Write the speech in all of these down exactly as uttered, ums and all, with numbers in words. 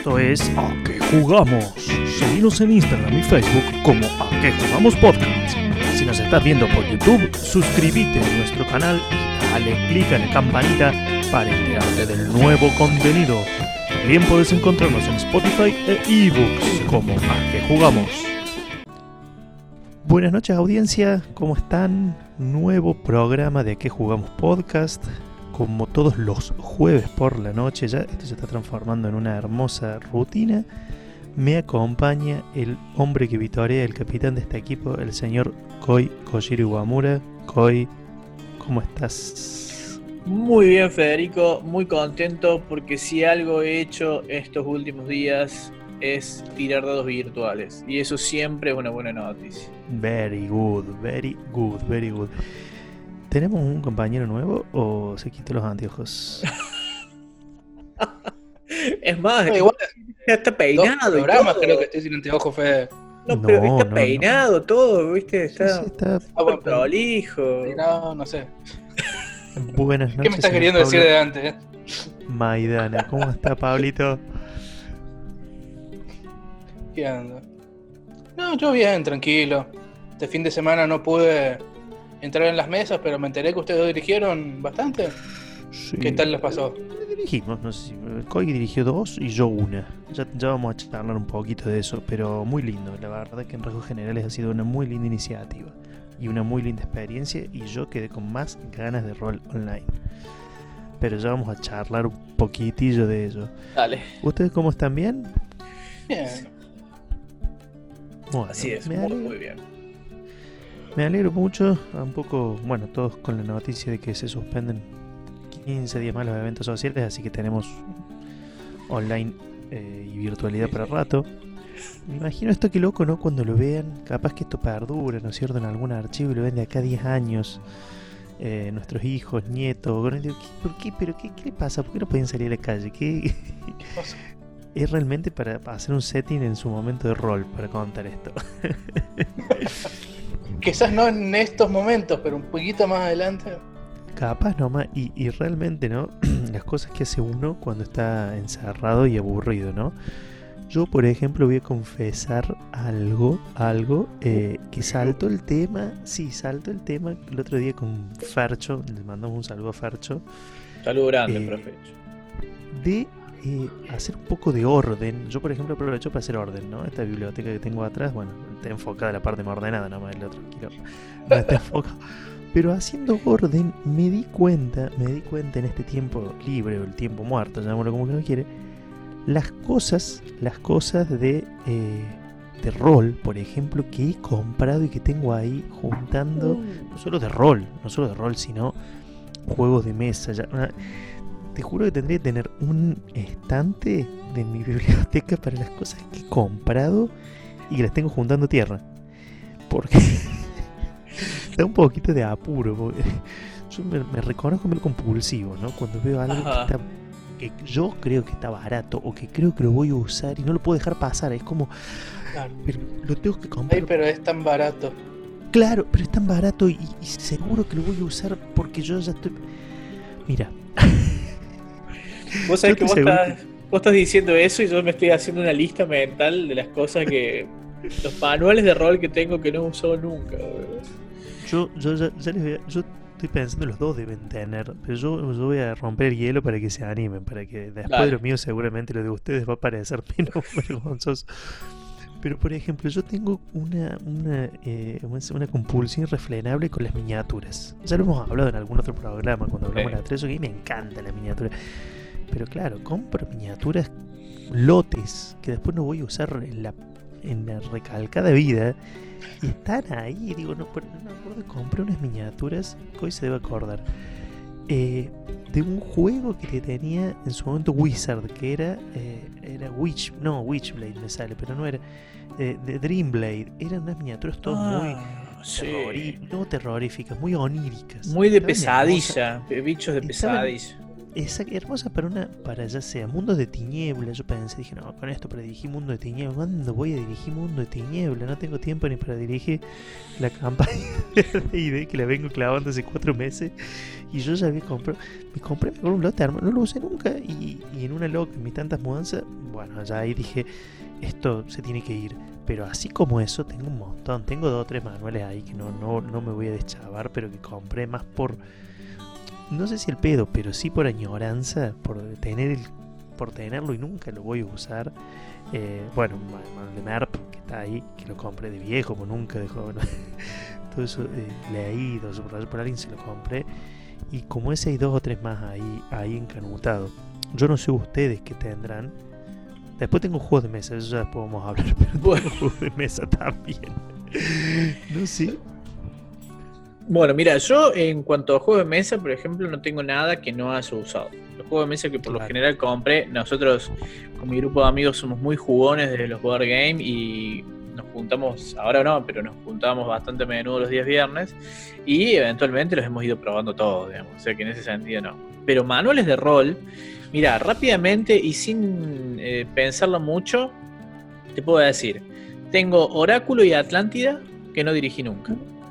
Esto es A Qué Jugamos. Seguinos en Instagram y Facebook como A Qué Jugamos Podcast. Si nos estás viendo por YouTube, suscríbete a nuestro canal y dale click a la campanita para enterarte del nuevo contenido. También puedes encontrarnos en Spotify e eBooks como A Qué Jugamos. Buenas noches, audiencia, ¿cómo están? Nuevo programa de A Qué Jugamos Podcast. Como todos los jueves por la noche, ya esto se está transformando en una hermosa rutina. Me acompaña el hombre que vitorea, el capitán de este equipo, el señor Koi Kojiro Iwamura. Koi, ¿cómo estás? Muy bien, Federico, muy contento porque si algo he hecho estos últimos días es tirar dados virtuales y eso siempre es una buena noticia. Very good, very good, very good. ¿Tenemos un compañero nuevo o se quitó los anteojos? Es más, no, igual ya está peinado. Dos programas creo que estoy sin anteojos, Fede. No, pero No, está no, peinado no. todo, ¿viste? Está, Sí, sí, está... Ah, bueno, prolijo. No, no sé. Buenas noches. ¿Qué me estás señor queriendo Pablo decir de antes? Eh? Maidana, ¿cómo está, Pablito? ¿Qué anda? No, yo bien, tranquilo. Este fin de semana no pude entrar en las mesas, pero me enteré que ustedes dirigieron bastante. Sí. ¿Qué tal les pasó? Dirigimos, no sé si Koi dirigió dos y yo una. Ya, ya vamos a charlar un poquito de eso, pero muy lindo. La verdad que en rasgos generales ha sido una muy linda iniciativa y una muy linda experiencia y yo quedé con más ganas de rol online. Pero ya vamos a charlar un poquitillo de ello. Dale. ¿Ustedes cómo están? ¿Bien? Bien. Bueno, Así es, me muy, alegro, muy bien. me alegro mucho. Un poco, bueno, todos con la noticia de que se suspenden quince días más los eventos sociales, así que tenemos online eh, y virtualidad para rato. Me imagino esto, que loco, ¿no? Cuando lo vean, capaz que esto perdura, ¿no es cierto? En algún archivo y lo ven de acá a diez años. Eh, nuestros hijos, nietos. Bueno, digo, ¿qué, ¿Por qué? ¿Pero qué, qué le pasa? ¿Por qué no pueden salir a la calle? ¿Qué? Es realmente para hacer un setting en su momento de rol, para contar esto. Quizás no en estos momentos, pero un poquito más adelante. Capaz nomás, y, y realmente, ¿no? Las cosas que hace uno cuando está encerrado y aburrido, ¿no? Yo, por ejemplo, voy a confesar algo, algo, eh, que saltó el tema, sí, saltó el tema el otro día con Fercho, le mandamos un saludo a Fercho, Saludo grande, Eh, profe. de eh, hacer un poco de orden. Yo, por ejemplo, aprovecho para hacer orden, ¿no? Esta biblioteca que tengo atrás, bueno, está enfocada la parte más ordenada, nomás el otro quiero, no está enfocado. Pero haciendo orden, me di cuenta, me di cuenta en este tiempo libre o el tiempo muerto, llamémoslo como que no quiere, las cosas, las cosas de, eh, de rol, por ejemplo, que he comprado y que tengo ahí juntando, no solo de rol, no solo de rol, sino juegos de mesa. Ya, una, te juro que tendría que tener un estante de mi biblioteca para las cosas que he comprado y que las tengo juntando tierra. Porque da un poquito de apuro. Porque yo me, me reconozco medio compulsivo, ¿no? Cuando veo algo que, está, que yo creo que está barato o que creo que lo voy a usar y no lo puedo dejar pasar. Es como, Claro. pero lo tengo que comprar. Ay, pero es tan barato. Claro, pero es tan barato y, y seguro que lo voy a usar porque yo ya estoy... Mira. Vos sabés Yo que vos estoy estás, vos estás diciendo eso y yo me estoy haciendo una lista mental de las cosas que... los manuales de rol que tengo que no he usado nunca, bro. Yo, yo, ya, ya les voy a- yo estoy pensando, los dos deben tener, pero yo, yo voy a romper el hielo para que se animen, para que después Dale. de lo mío seguramente lo de ustedes va a parecer menos vergonzoso. Pero por ejemplo, yo tengo una, una, eh, una compulsión irrefrenable con las miniaturas. Ya lo hemos hablado en algún otro programa cuando hablamos Sí. de la tres, y me encanta la miniatura. Pero claro, compro miniaturas, lotes, que después no voy a usar en la, en la recalcada vida. Y están ahí, digo, no, pero no me acuerdo, compré unas miniaturas, que hoy se debe acordar, eh, de un juego que tenía en su momento Wizard, que era, eh, era Witch, no, Witchblade me sale, pero no era, eh, de Dreamblade, eran unas miniaturas todas Ah, muy, sí. terrori- no terroríficas, muy oníricas. Muy de Estaban hermosas. pesadilla, de bichos de Estaban- pesadilla. Esa, hermosa para una, para ya sea mundos de tiniebla. Yo pensé, dije, no, con esto para dirigir mundo de tiniebla. ¿Cuándo voy a dirigir mundo de tiniebla? No tengo tiempo ni para dirigir la campaña de D and D que la vengo clavando hace cuatro meses. Y yo ya había comprado, me compré con un lote, no lo usé nunca. Y, y en una loca, en mis tantas mudanzas, bueno, ya ahí dije, esto se tiene que ir. Pero así como eso, tengo un montón. Tengo dos o tres manuales ahí que no, no, no me voy a deschavar, pero que compré más por, no sé si el pedo, pero sí por añoranza, por tener el, por tenerlo y nunca lo voy a usar. Eh, bueno, un manual de MERP que está ahí, que lo compré de viejo, como nunca de joven. Todo eso eh, leído, subrayado por alguien, se lo compré. Y como ese hay dos o tres más ahí, ahí encanutados. Yo no sé ustedes qué tendrán. Después tengo juegos de mesa, eso ya después vamos a hablar, pero Bueno. tengo juegos de mesa también. No sé. Bueno, mira, yo en cuanto a juegos de mesa, por ejemplo, no tengo nada que no haya usado. Los juegos de mesa que por Claro. lo general compré, nosotros con mi grupo de amigos somos muy jugones de los board game y nos juntamos, ahora no, pero nos juntábamos bastante a menudo los días viernes y eventualmente los hemos ido probando todos, digamos, o sea que en ese sentido no. Pero manuales de rol, mira, rápidamente y sin eh, pensarlo mucho, te puedo decir, tengo Oráculo y Atlántida, que no dirigí nunca.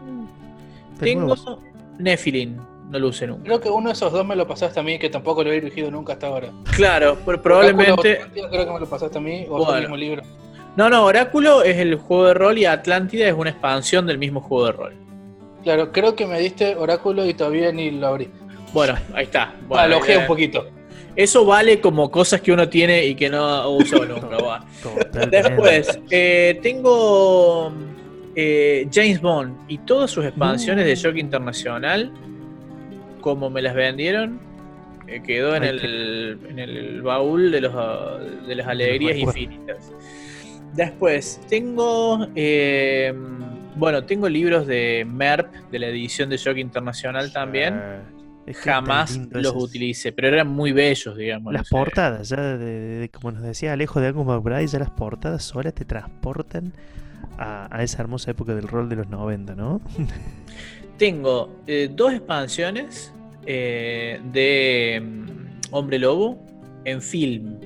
De Tengo nuevos. Nephilim, no lo usé nunca. Creo que uno de esos dos me lo pasaste a mí, que tampoco lo he dirigido nunca hasta ahora. Claro, pero probablemente... Oráculo, creo que me lo pasaste a mí, o Bueno. el mismo libro. No, no, Oráculo es el juego de rol y Atlántida es una expansión del mismo juego de rol. Claro, creo que me diste Oráculo y todavía ni lo abrí. Bueno, ahí está. Bueno, Ah, lo ojeé eh, un poquito. Eso vale como cosas que uno tiene y que no usó nunca. va. Totalmente. Después, eh, tengo eh, James Bond y todas sus expansiones Uh. de Shock Internacional, como me las vendieron, eh, quedó en Ay, el, en el baúl de, los, de las alegrías recuerdos. infinitas. Después, tengo... eh, bueno, tengo libros de MERP, de la edición de Shock Internacional también. Ah, es que Jamás tan lindo los esas- utilicé, pero eran muy bellos, digamos. Las no sé. portadas, ya de, de- de- como nos decía Alejo de Angus McBride, ya las portadas solas te transportan a, a esa hermosa época del rol de los noventa, ¿no? Tengo eh, dos expansiones eh, de mm, Hombre Lobo en film.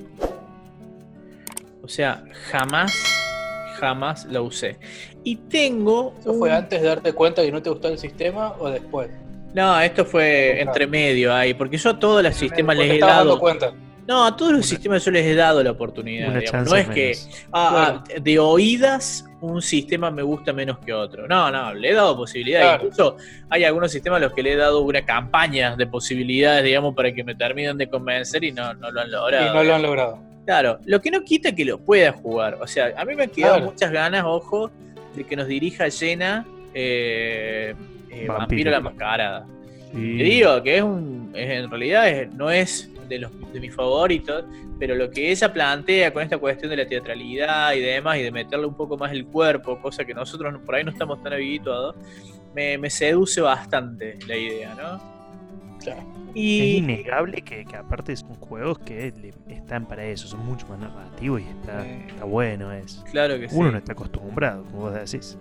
O sea, jamás, jamás la usé. Y tengo... ¿Eso fue un- antes de darte cuenta que no te gustó el sistema o después? No, esto fue Claro. entre medio ahí, porque yo a todos los sistemas Porque les he te estabas dando dado... cuenta. No, a todos los Una- sistemas yo les he dado la oportunidad. Una digamos. chance No es menos. que ah, ah, de oídas un sistema me gusta menos que otro. No, no, le he dado posibilidades. Claro. Incluso hay algunos sistemas a los que le he dado una campaña de posibilidades, digamos, para que me terminen de convencer y no, no lo han logrado. Y no lo han logrado. Claro, lo que no quita que lo pueda jugar. O sea, a mí me han quedado Claro. muchas ganas, ojo, de que nos dirija Llena eh, eh, Vampiro. Vampiro la Mascarada. Sí. Te digo que es un, es- en realidad es- no es de los de mis favoritos, pero lo que ella plantea con esta cuestión de la teatralidad y demás, y de meterle un poco más el cuerpo, cosa que nosotros por ahí no estamos tan habituados, me, me seduce bastante la idea, ¿no? Claro. Es Y innegable que, que aparte son juegos que le- están para eso, son mucho más narrativos y está, Sí. está bueno es. claro que sí. Uno no está acostumbrado, como vos decís.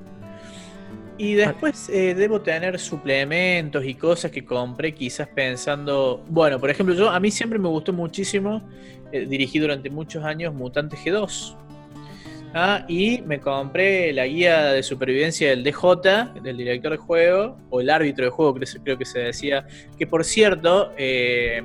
Y después eh, debo tener suplementos y cosas que compré quizás pensando... Bueno, por ejemplo, yo a mí siempre me gustó muchísimo, eh, dirigí durante muchos años Mutante G dos. Ah, y me compré la guía de supervivencia del D J, del director de juego, o el árbitro de juego, creo, creo que se decía. Que por cierto, eh,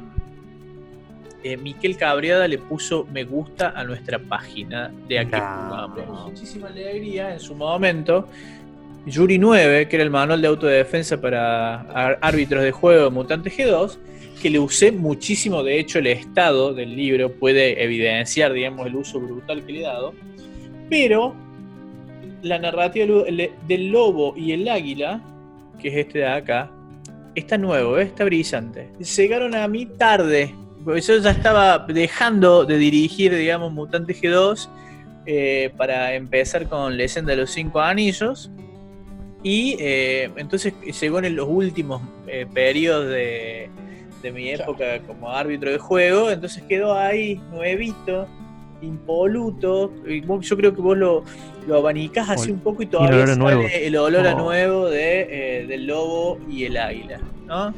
eh, Miquel Cabriada le puso me gusta a nuestra página de aquí. No. Muchísima alegría en su momento. Yuri nueve, que era el manual de autodefensa para ar- árbitros de juego de Mutante G dos, que le usé muchísimo. De hecho, el estado del libro puede evidenciar, digamos, el uso brutal que le he dado. Pero la narrativa del- del lobo y el águila, que es este de acá, está nuevo, ¿eh? Está brillante. Llegaron a mí tarde, porque yo ya estaba dejando de dirigir, digamos, Mutante G dos eh, para empezar con Leyenda de los Cinco Anillos. Y eh, entonces llegó en los últimos eh, periodos de, de mi época como árbitro de juego, entonces quedó ahí nuevito, impoluto. Y vos- yo creo que vos lo, lo abanicás así Ol- un poco y el todavía olor a sale nuevo. el olor a Oh. nuevo de, eh, del lobo y el águila, ¿no?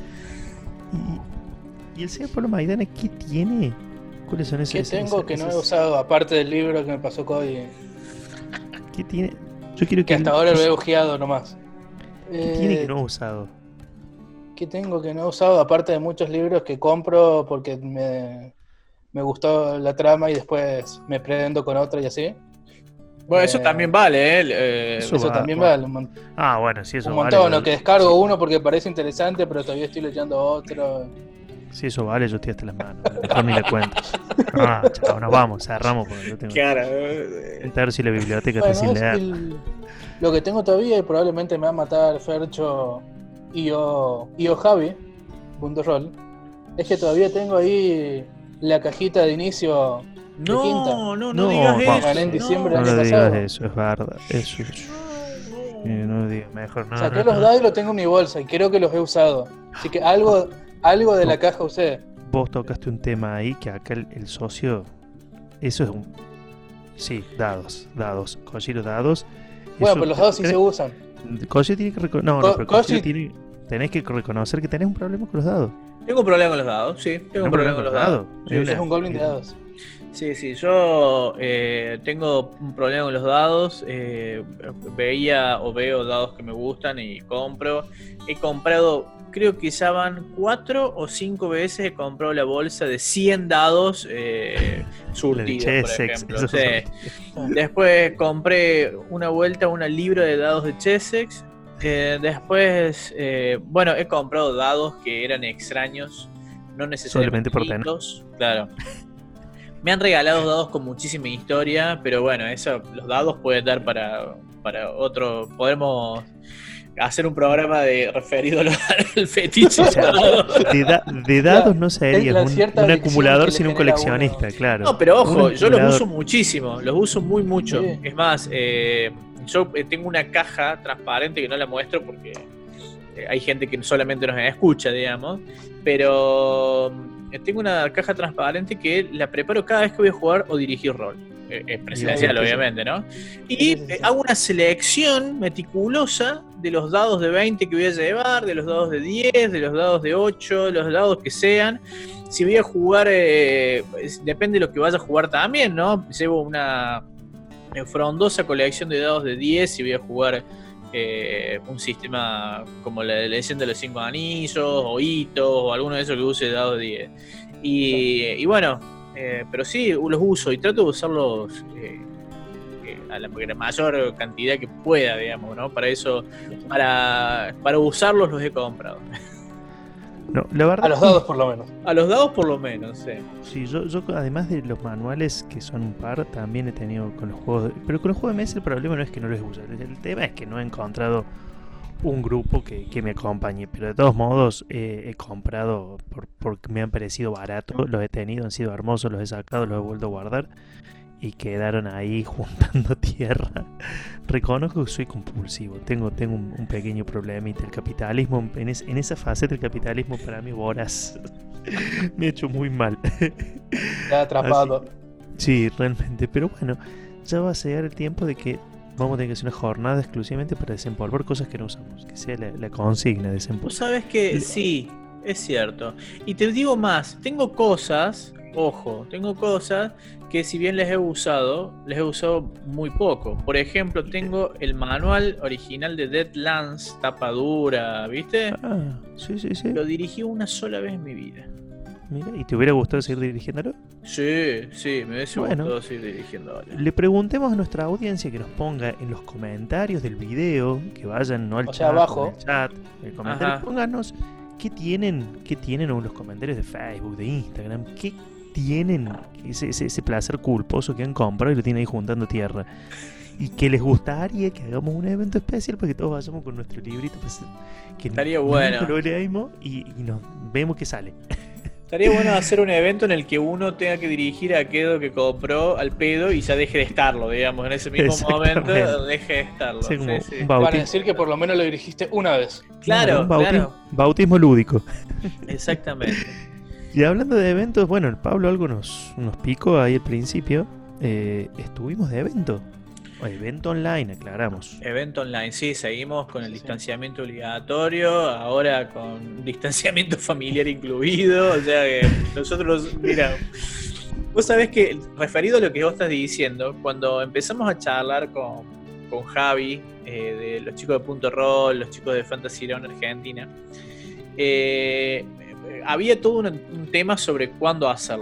¿Y, y el señor Pablo Maidana qué tiene? ¿Cuáles son esas? ¿Qué esas- tengo que no he esas- usado aparte del libro que me pasó Cody? ¿Qué tiene? Yo quiero que, Que hasta ahora lo he ojeado nomás. ¿Qué tiene Eh, que no ha usado? ¿Qué tengo que no he usado aparte de muchos libros que compro porque me, me gustó la trama y después me prendo con otra y así. Bueno, Eh, eso también vale, ¿eh? Eh, Eso Eso va, también va. vale un, mon- Ah, bueno, sí, eso un vale. montón, yo- o que descargo sí, uno porque parece interesante, pero todavía estoy leyendo otro. Sí, eso vale, yo estoy hasta las manos. Mejor ni le cuento. Ah, chao, nos vamos, cerramos porque yo tengo que Claro. eh, intentar si la biblioteca está Bueno, sin es leer. el- lo que tengo todavía y probablemente me va a matar Fercho y o, y o Javi, punto rol, es que todavía tengo ahí la cajita de inicio de quinta. No, no, no, No, digas vamos. eso. Gané en diciembre No del lo año digas pasado. eso, es verdad. Eso es. Eh, no lo digas, mejor no. Saqué no, los no. dados y los tengo en mi bolsa y creo que los he usado. Así que algo, algo de la caja usé. Vos tocaste un tema ahí que acá el, el socio. Eso es un. Sí, dados, dados. Kojiro dados. Bueno, Eso- pero los dados sí se usan. Kojiro tiene que reconocer. No, Co- no, pero Kojiro Koji- tiene. Tenés que reconocer que tenés un problema con los dados. Tengo un problema con los dados, sí. Tengo un problema con los dados. Sí, Es un goblin de dados. Sí, sí, yo eh, tengo un problema con los dados. eh, veía o veo dados que me gustan y compro. He comprado, creo que ya van cuatro o cinco veces he comprado la bolsa de cien dados eh, surtidos, por Chessex, ejemplo. esos Sí. Después compré una vuelta una libra de dados de Chessex. Eh, después, eh, bueno, he comprado dados que eran extraños, no necesariamente Solamente por tener. lindos, claro. Me han regalado dados con muchísima historia, pero bueno, eso, los dados pueden dar para, para otro. Podemos hacer un programa de referido al al fetiche. O sea, de, da- de dados no Es serías la un, cierta un adicción acumulador que le sino un genera a coleccionista, claro. No, pero ojo, Un yo los acumulador- uso muchísimo, los uso muy mucho. Sí. Es más, eh, yo eh, tengo una caja transparente que no la muestro porque eh, hay gente que solamente nos escucha, digamos, pero eh, tengo una caja transparente que la preparo cada vez que voy a jugar o dirigir rol. Eh, eh, presencial, Sí, sí, sí. obviamente, ¿no? Y Sí, sí, sí. eh, hago una selección meticulosa de los dados de veinte que voy a llevar, de los dados de diez, de los dados de ocho, de los dados que sean. Si voy a jugar, eh, es- depende de lo que vaya a jugar también, ¿no? Llevo una eh, frondosa colección de dados de diez si voy a jugar eh, un sistema como la de Leyenda de los Cinco Anillos, o Hitos, o alguno de esos que use dados de diez. Y, y bueno, eh, pero sí, los uso y trato de usarlos eh, eh, a la mayor cantidad que pueda, digamos, ¿no? Para eso, para, para usarlos los he comprado. No, la verdad A los dados por lo menos. A los dados por lo menos, sí. Sí, yo, yo además de los manuales, que son un par, también he tenido con los juegos. De, pero con los juegos de mesa el problema no es que no los use. El, el tema es que no he encontrado un grupo que, que me acompañe. Pero de todos modos eh, he comprado por, porque me han parecido baratos. Los he tenido, han sido hermosos, los he sacado, los he vuelto a guardar. Y quedaron ahí juntando tierra. Reconozco que soy compulsivo. Tengo, tengo un, un pequeño problemita. El capitalismo, en, es, en esa faceta el capitalismo para mí voraz. Me ha hecho muy mal. Ya atrapado. Sí, realmente. Pero bueno, ya va a llegar el tiempo de que vamos a tener que hacer una jornada exclusivamente para desempolvar cosas que no usamos. Que sea la, la consigna de Vos desempolvar. sabés que sí, es cierto. Y te digo más, tengo cosas, ojo, tengo cosas que si bien les he usado, les he usado muy poco. Por ejemplo, tengo el manual original de Deadlands, tapa dura, ¿viste? Ah, sí, sí, sí. Lo dirigí una sola vez en mi vida. Mira, ¿y te hubiera gustado seguir dirigiéndolo? Sí, sí, me hubiese Bueno. gustado seguir dirigiendo ahora. Le preguntemos a nuestra audiencia que nos ponga en los comentarios del video, que vayan no al O chat, sea, abajo. no al chat, el comentario, Ajá. pónganos qué tienen, qué tienen o en los comentarios de Facebook, de Instagram, qué tienen ese, ese, ese placer culposo que han comprado y lo tienen ahí juntando tierra. Y que les gustaría que hagamos un evento especial para que todos vayamos con nuestro librito, pues, que Estaría nunca bueno. lo leímos y, y nos vemos que sale. Estaría bueno hacer un evento en el que uno tenga que dirigir a aquello que compró al pedo y ya deje de estarlo, digamos, en ese mismo momento Exactamente. deje de estarlo. Sí, como Sí, sí. un Van a bautismo, decir que por lo menos lo dirigiste una vez. Claro, un bautismo, claro, bautismo lúdico. exactamente. Y hablando de eventos, bueno, el Pablo algo nos, nos picó ahí al principio. Eh, estuvimos de evento. O evento online, aclaramos. Evento online, sí, seguimos con el Sí. distanciamiento obligatorio, ahora con distanciamiento familiar incluido, o sea que nosotros, mira, vos sabés que, referido a lo que vos estás diciendo, cuando empezamos a charlar con, con Javi, eh, de los chicos de Punto Roll, los chicos de Fantasy Round Argentina, eh, había todo un, un tema sobre cuándo hacerlo.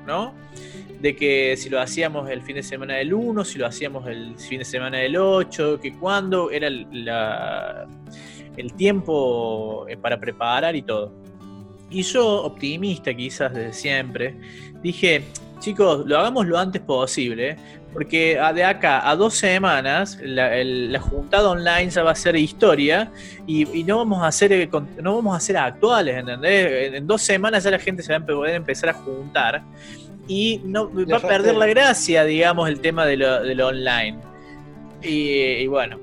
¿no? De que si lo hacíamos el fin de semana del uno, si lo hacíamos el fin de semana del ocho, que cuándo era la, el tiempo para preparar y todo. Y yo, optimista quizás desde siempre, dije, chicos, lo hagamos lo antes posible, porque de acá a dos semanas la, el, la juntada online ya va a ser historia y, y no vamos a hacer no vamos a hacer actuales, ¿entendés? En dos semanas ya la gente se va a poder empezar a juntar y no va a perder la gracia, digamos, el tema de lo, de lo online. Y, y bueno,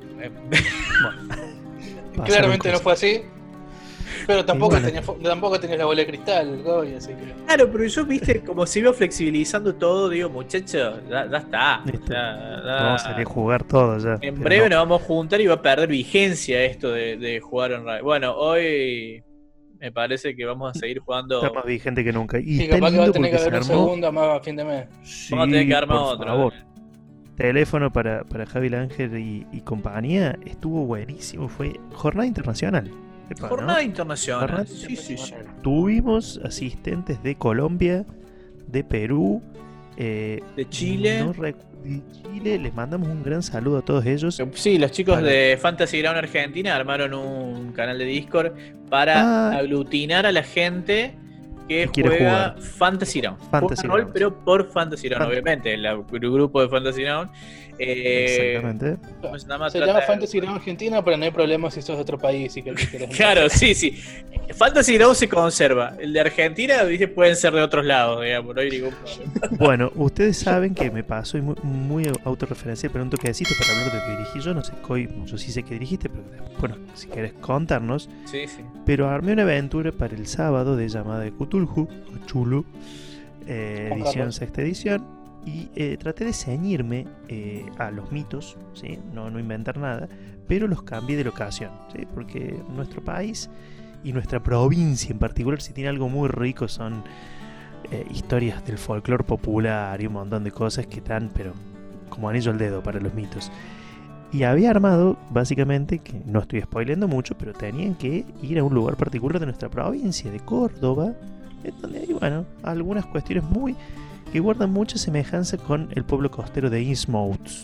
bueno. Claramente no fue así. Pero tampoco, bueno. tenía, tampoco tenía la bola de cristal, Goy, así que... Claro, pero yo, viste, como se iba flexibilizando todo, digo, muchachos, ya, ya está. Ya, ya, vamos a salir a jugar todo ya. En breve no. nos vamos a juntar y va a perder vigencia esto de, de jugar online. Bueno, hoy me parece que vamos a seguir jugando... Está más vigente que nunca. Y sí, capaz que va a tener que haber un segundo más a fin de mes. Sí, vamos a tener que armar otro. Favor. Teléfono para, para Javi Ángel y, y compañía estuvo buenísimo. Fue jornada internacional. Jornada ¿no? internacional. Jornada sí, internacional. Sí, sí. Tuvimos asistentes de Colombia, de Perú, eh, de Chile. No rec- de Chile. Les mandamos un gran saludo a todos ellos. Sí, los chicos para... de Fantasy Ground Argentina armaron un canal de Discord para ah. aglutinar a la gente que juega jugar. Fantasy Ground. Fantasy Ground. Rol, pero por Fantasy Ground, Fant- obviamente. El, el grupo de Fantasy Ground. Eh, Exactamente. Se llama, se llama Fantasy Ground Argentina, pero no hay problema si sos de otro país. Y que claro, sí, sí. Fantasy Ground se conserva. El de Argentina, dice, pueden ser de otros lados, digamos, no hay ningún problema. Bueno, ustedes saben que me pasó y muy, muy autorreferencial, pero un toquecito para hablar de lo que dirigí yo. No sé, Coy, yo sí sé que dirigiste, pero bueno, si querés contarnos. Sí, sí. Pero armé una aventura para el sábado de llamada de Cthulhu, Chulo, eh, edición, sexta edición. Y eh, traté de ceñirme eh, a los mitos, ¿sí? no, no inventar nada, pero los cambié de locación, ¿sí? Porque nuestro país y nuestra provincia en particular, si tiene algo muy rico, son eh, historias del folclore popular y un montón de cosas que están, pero como anillo al dedo para los mitos. Y había armado, básicamente, que no estoy spoileando mucho, pero tenían que ir a un lugar particular de nuestra provincia, de Córdoba, en donde hay, bueno, algunas cuestiones muy... que guardan mucha semejanza con el pueblo costero de Innsmouth.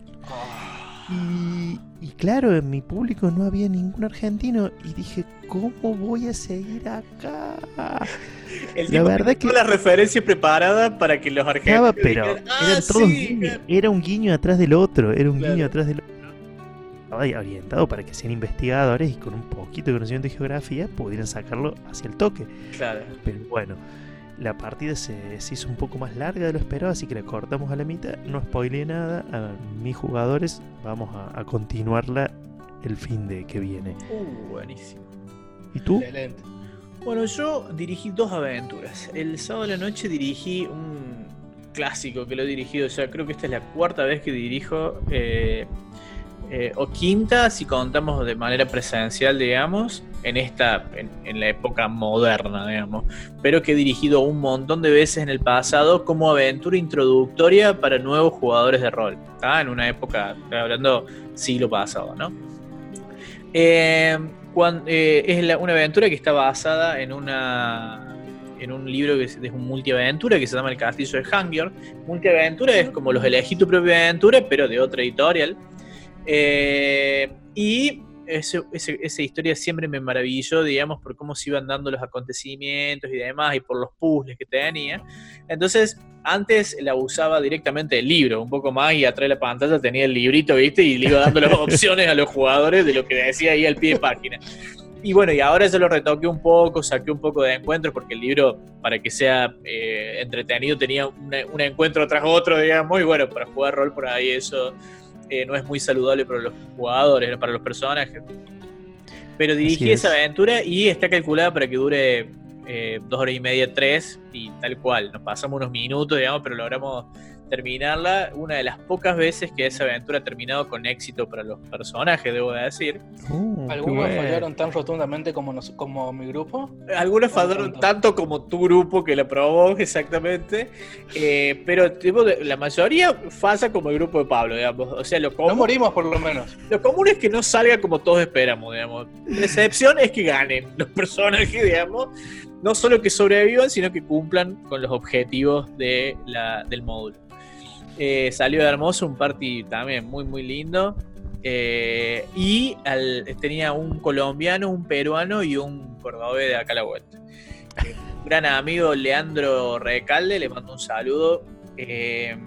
Y, y claro, en mi público no había ningún argentino y dije, ¿cómo voy a seguir acá? El la verdad que las referencias preparadas para que los argentinos pero dijeran, ah, eran todos sí, guiños, claro. Era un guiño atrás del otro, era un claro. guiño atrás del otro. Estaba orientado para que sean investigadores y con un poquito de conocimiento de geografía pudieran sacarlo hacia el toque. Claro. Pero bueno, la partida se, se hizo un poco más larga de lo esperado, así que la cortamos a la mitad. No spoileé nada a mis jugadores. Vamos a, a continuarla el fin de que viene. Uh, buenísimo. ¿Y tú? Excelente. Bueno, yo dirigí dos aventuras. El sábado de la noche dirigí un clásico que lo he dirigido. O sea, creo que esta es la cuarta vez que dirijo. Eh, eh, o quinta, si contamos de manera presencial, digamos. En esta, en, en la época moderna, digamos, pero que he dirigido un montón de veces en el pasado como aventura introductoria para nuevos jugadores de rol, ¿tá? En una época, estoy hablando siglo pasado, ¿no? Eh, cuando, eh, es la, una aventura que está basada en una en un libro que es, es un multiaventura que se llama El Castillo de Hangir. Multiaventura es como los elegí tu propia aventura, pero de otra editorial. Eh, y Ese, ese, esa historia siempre me maravilló, digamos, por cómo se iban dando los acontecimientos y demás, y por los puzzles que tenía. Entonces, antes la usaba directamente el libro, un poco más, y atrás de la pantalla tenía el librito, ¿viste? Y le iba dando las opciones a los jugadores de lo que decía ahí al pie de página. Y bueno, y ahora yo lo retoqué un poco, saqué un poco de encuentros, porque el libro, para que sea eh, entretenido, tenía una, un encuentro tras otro, digamos, y bueno, para jugar rol por ahí eso... Eh, no es muy saludable para los jugadores, para los personajes. Pero dirigí esa aventura y está calculada para que dure eh, dos horas y media, tres, y tal cual. Nos pasamos unos minutos, digamos, pero logramos terminarla una de las pocas veces que esa aventura ha terminado con éxito para los personajes, debo de decir. Uh, ¿Algunos qué fallaron bueno. tan rotundamente como, nos, como mi grupo? Algunos Bueno, fallaron tanto. tanto como tu grupo que la probó, exactamente. Eh, pero tipo, la mayoría falla como el grupo de Pablo, digamos. O sea, lo No común, morimos por lo menos. lo común es que no salga como todos esperamos, digamos. La excepción es que ganen los personajes, digamos. No solo que sobrevivan, sino que cumplan con los objetivos de la, del módulo. Eh, salió hermoso, un party también muy muy lindo. Eh, y al, tenía un colombiano, un peruano y un cordobés de acá a la vuelta. Eh, un gran amigo, Leandro Recalde, le mando un saludo. Eh,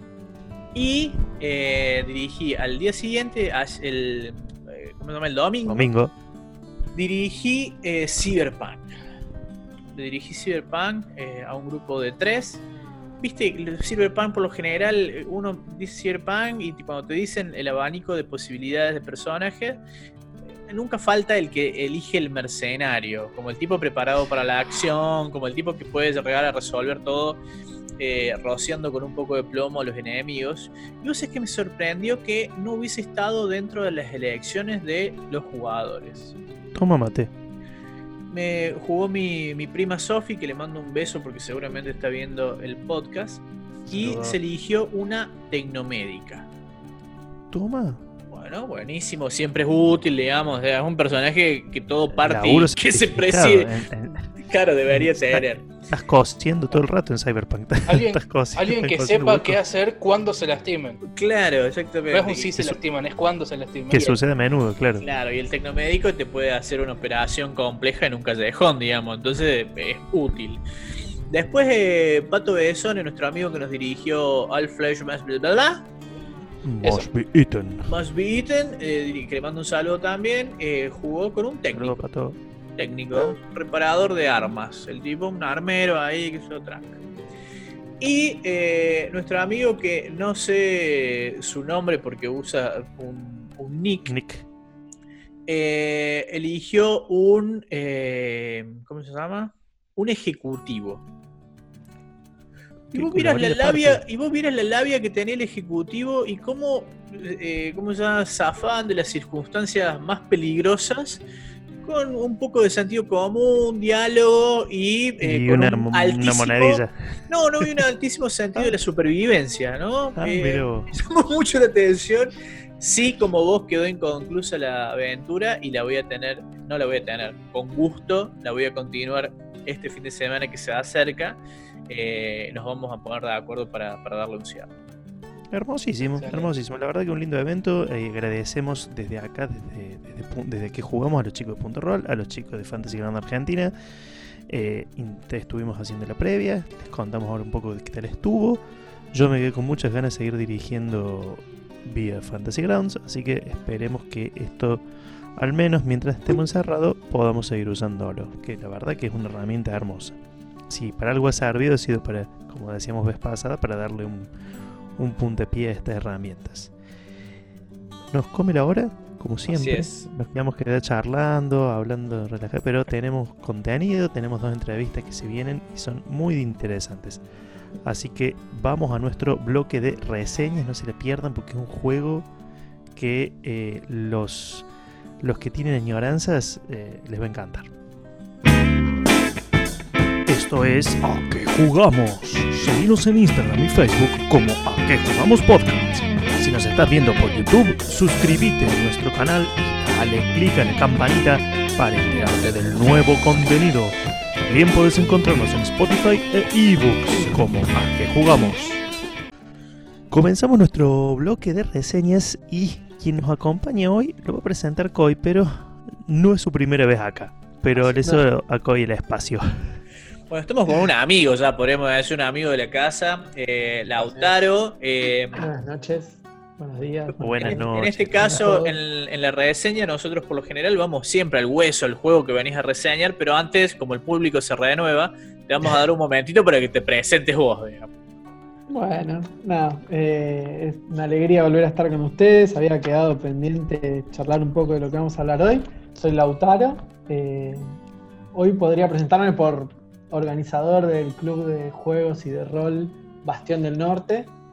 y eh, dirigí al día siguiente, el, ¿cómo se llama? El domingo. Domingo. Dirigí eh, Cyberpunk. Dirigí Cyberpunk eh, a un grupo de tres. Viste, el Cyberpunk por lo general, uno dice Cyberpunk y cuando te dicen el abanico de posibilidades de personajes, nunca falta el que elige el mercenario, como el tipo preparado para la acción, como el tipo que puede llegar a resolver todo eh, rociando con un poco de plomo a los enemigos. Y vos es que me sorprendió que no hubiese estado dentro de las elecciones de los jugadores. Toma mate. Me jugó mi, mi prima Sofi, que le mando un beso porque seguramente está viendo el podcast. Y Saludos. se eligió una tecnomédica. Toma. Bueno, buenísimo, siempre es útil, digamos. Es un personaje que todo parte Laburo que se certificado, preside. en- en- Claro, debería Está- tener. Estás cosiendo todo el rato en Cyberpunk. Alguien, Estás cosiendo, alguien que cosiendo sepa huecos. qué hacer cuando se lastimen. Claro, No exactamente. es un si se Eso- lastiman, es cuando se lastiman. Que sucede a menudo, claro. Claro, y el tecnomédico te puede hacer una operación compleja en un callejón, digamos. Entonces es útil. Después, eh, Pato Besone, nuestro amigo que nos dirigió All Flesh Must Be Blah, blah, Must be eaten. Must Be Eaten, eh, que le mando un saludo también, eh, jugó con un técnico. Saludos, Pato. técnico, reparador de armas, el tipo, un armero ahí que se lo tranca. Y eh, nuestro amigo que no sé su nombre porque usa un, un nick, Nick. eh, eligió un, eh, ¿cómo se llama? Un ejecutivo. Y Qué vos, cool, miras la abrí la labia, parte. y vos miras la labia que tenía el ejecutivo y cómo, eh, cómo se llama, zafaban de las circunstancias más peligrosas con un poco de sentido común, diálogo y, eh, Y con una, un mo- una altísimo, monedilla. no, no, y un altísimo sentido de la supervivencia, ¿no? Ah, Eh, mirá vos. me llamó mucho la atención. Sí, como vos quedó inconclusa la aventura y la voy a tener, no la voy a tener, con gusto, la voy a continuar este fin de semana que se acerca. Eh, nos vamos a poner de acuerdo para, para darle un cierre. Hermosísimo, Excelente. hermosísimo. La verdad que un lindo evento. Eh, agradecemos desde acá, desde, desde, pu- desde que jugamos a los chicos de Punto Roll, a los chicos de Fantasy Ground Argentina. Eh, int- estuvimos haciendo la previa, les contamos ahora un poco de qué tal estuvo. Yo me quedé con muchas ganas de seguir dirigiendo vía Fantasy Grounds, así que esperemos que esto, al menos mientras estemos encerrados, podamos seguir usándolo, que la verdad que es una herramienta hermosa. Si para algo ha servido, ha sido para, como decíamos vez pasada, para darle un, un puntapié a estas herramientas. Nos come la hora, como siempre. es. Nos quedamos quedar charlando, hablando, relajado, pero tenemos contenido, tenemos dos entrevistas que se vienen y son muy interesantes. Así que vamos a nuestro bloque de reseñas, no se le pierdan porque es un juego que eh, los, los que tienen añoranzas eh, les va a encantar. Esto es A qué jugamos. Seguinos en Instagram y Facebook como A qué jugamos podcast. Si nos estás viendo por YouTube, suscríbete a nuestro canal y dale click a la campanita para enterarte del nuevo contenido. También puedes encontrarnos en Spotify e eBooks como A qué jugamos. Comenzamos nuestro bloque de reseñas y quien nos acompaña hoy lo va a presentar Coy, pero no es su primera vez acá. Pero le cedo a Coy el espacio. Bueno, estamos con un amigo, ya podemos decir un amigo de la casa, eh, Lautaro. eh, Buenas noches, buenos días. Buenas en, noches. en este caso, en, en la reseña, nosotros por lo general vamos siempre al hueso, al juego que venís a reseñar, pero antes, como el público se renueva, te vamos a dar un momentito para que te presentes vos, digamos. Bueno, nada, eh, es una alegría volver a estar con ustedes. Había quedado pendiente charlar un poco de lo que vamos a hablar hoy. Soy Lautaro. Eh, hoy podría presentarme por organizador del club de juegos y de rol Bastión del Norte.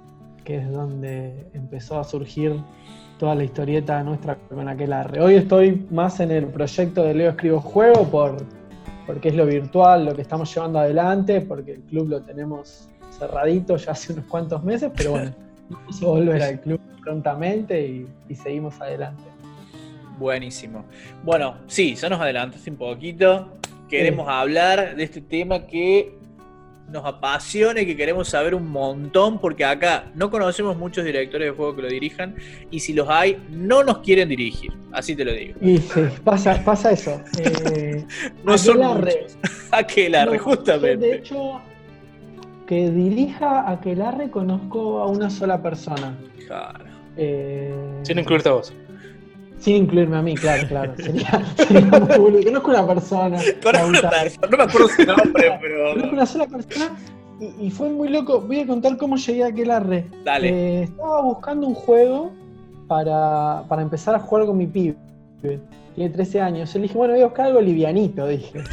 que es donde empezó a surgir toda la historieta nuestra con Aquelarre. Hoy estoy más en el proyecto de Leo Escribo Juego por, porque es lo virtual, lo que estamos llevando adelante, porque el club lo tenemos cerradito ya hace unos cuantos meses, pero bueno, vamos a volver al club prontamente y, y seguimos adelante. Buenísimo. Bueno, sí, ya nos adelantaste un poquito. Queremos sí. hablar de este tema que nos apasiona y que queremos saber un montón, porque acá no conocemos muchos directores de juego que lo dirijan, y si los hay, no nos quieren dirigir, así te lo digo. Y sí, pasa, pasa eso. Eh, no son muchos. Aquelarre, no, justamente. De hecho, que dirija Aquelarre conozco a una sola persona. Claro. Eh, Sin incluirte a vos. Sin incluirme a mí, claro, claro. Sería, sería muy boludo. Conozco una persona. Conozco una persona, no me acuerdo su nombre, pero. Conozco una sola persona y, y fue muy loco. Voy a contar cómo llegué a Aquelarre. Dale. Eh, estaba buscando un juego para, para empezar a jugar con mi pibe. Tiene trece años. Yo le dije, bueno, voy a buscar algo livianito, dije.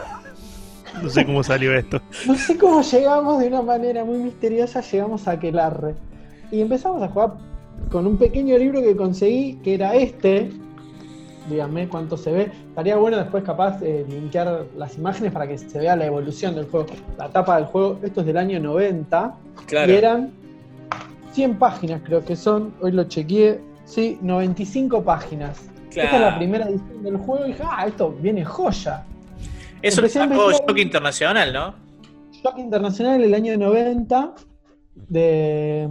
No sé cómo salió esto. No sé cómo llegamos de una manera muy misteriosa, llegamos a Aquelarre. Y empezamos a jugar con un pequeño libro que conseguí, que era este. Díganme cuánto se ve. Estaría bueno después capaz de linkear las imágenes para que se vea la evolución del juego. La tapa del juego, esto es del año noventa. Claro. Y eran cien páginas, creo que son. Hoy lo chequeé. Sí, noventa y cinco páginas. Claro. Esta es la primera edición del juego y dije, ah, esto viene joya. Eso lo sacó Shock Internacional, ¿no? Shock Internacional el año noventa de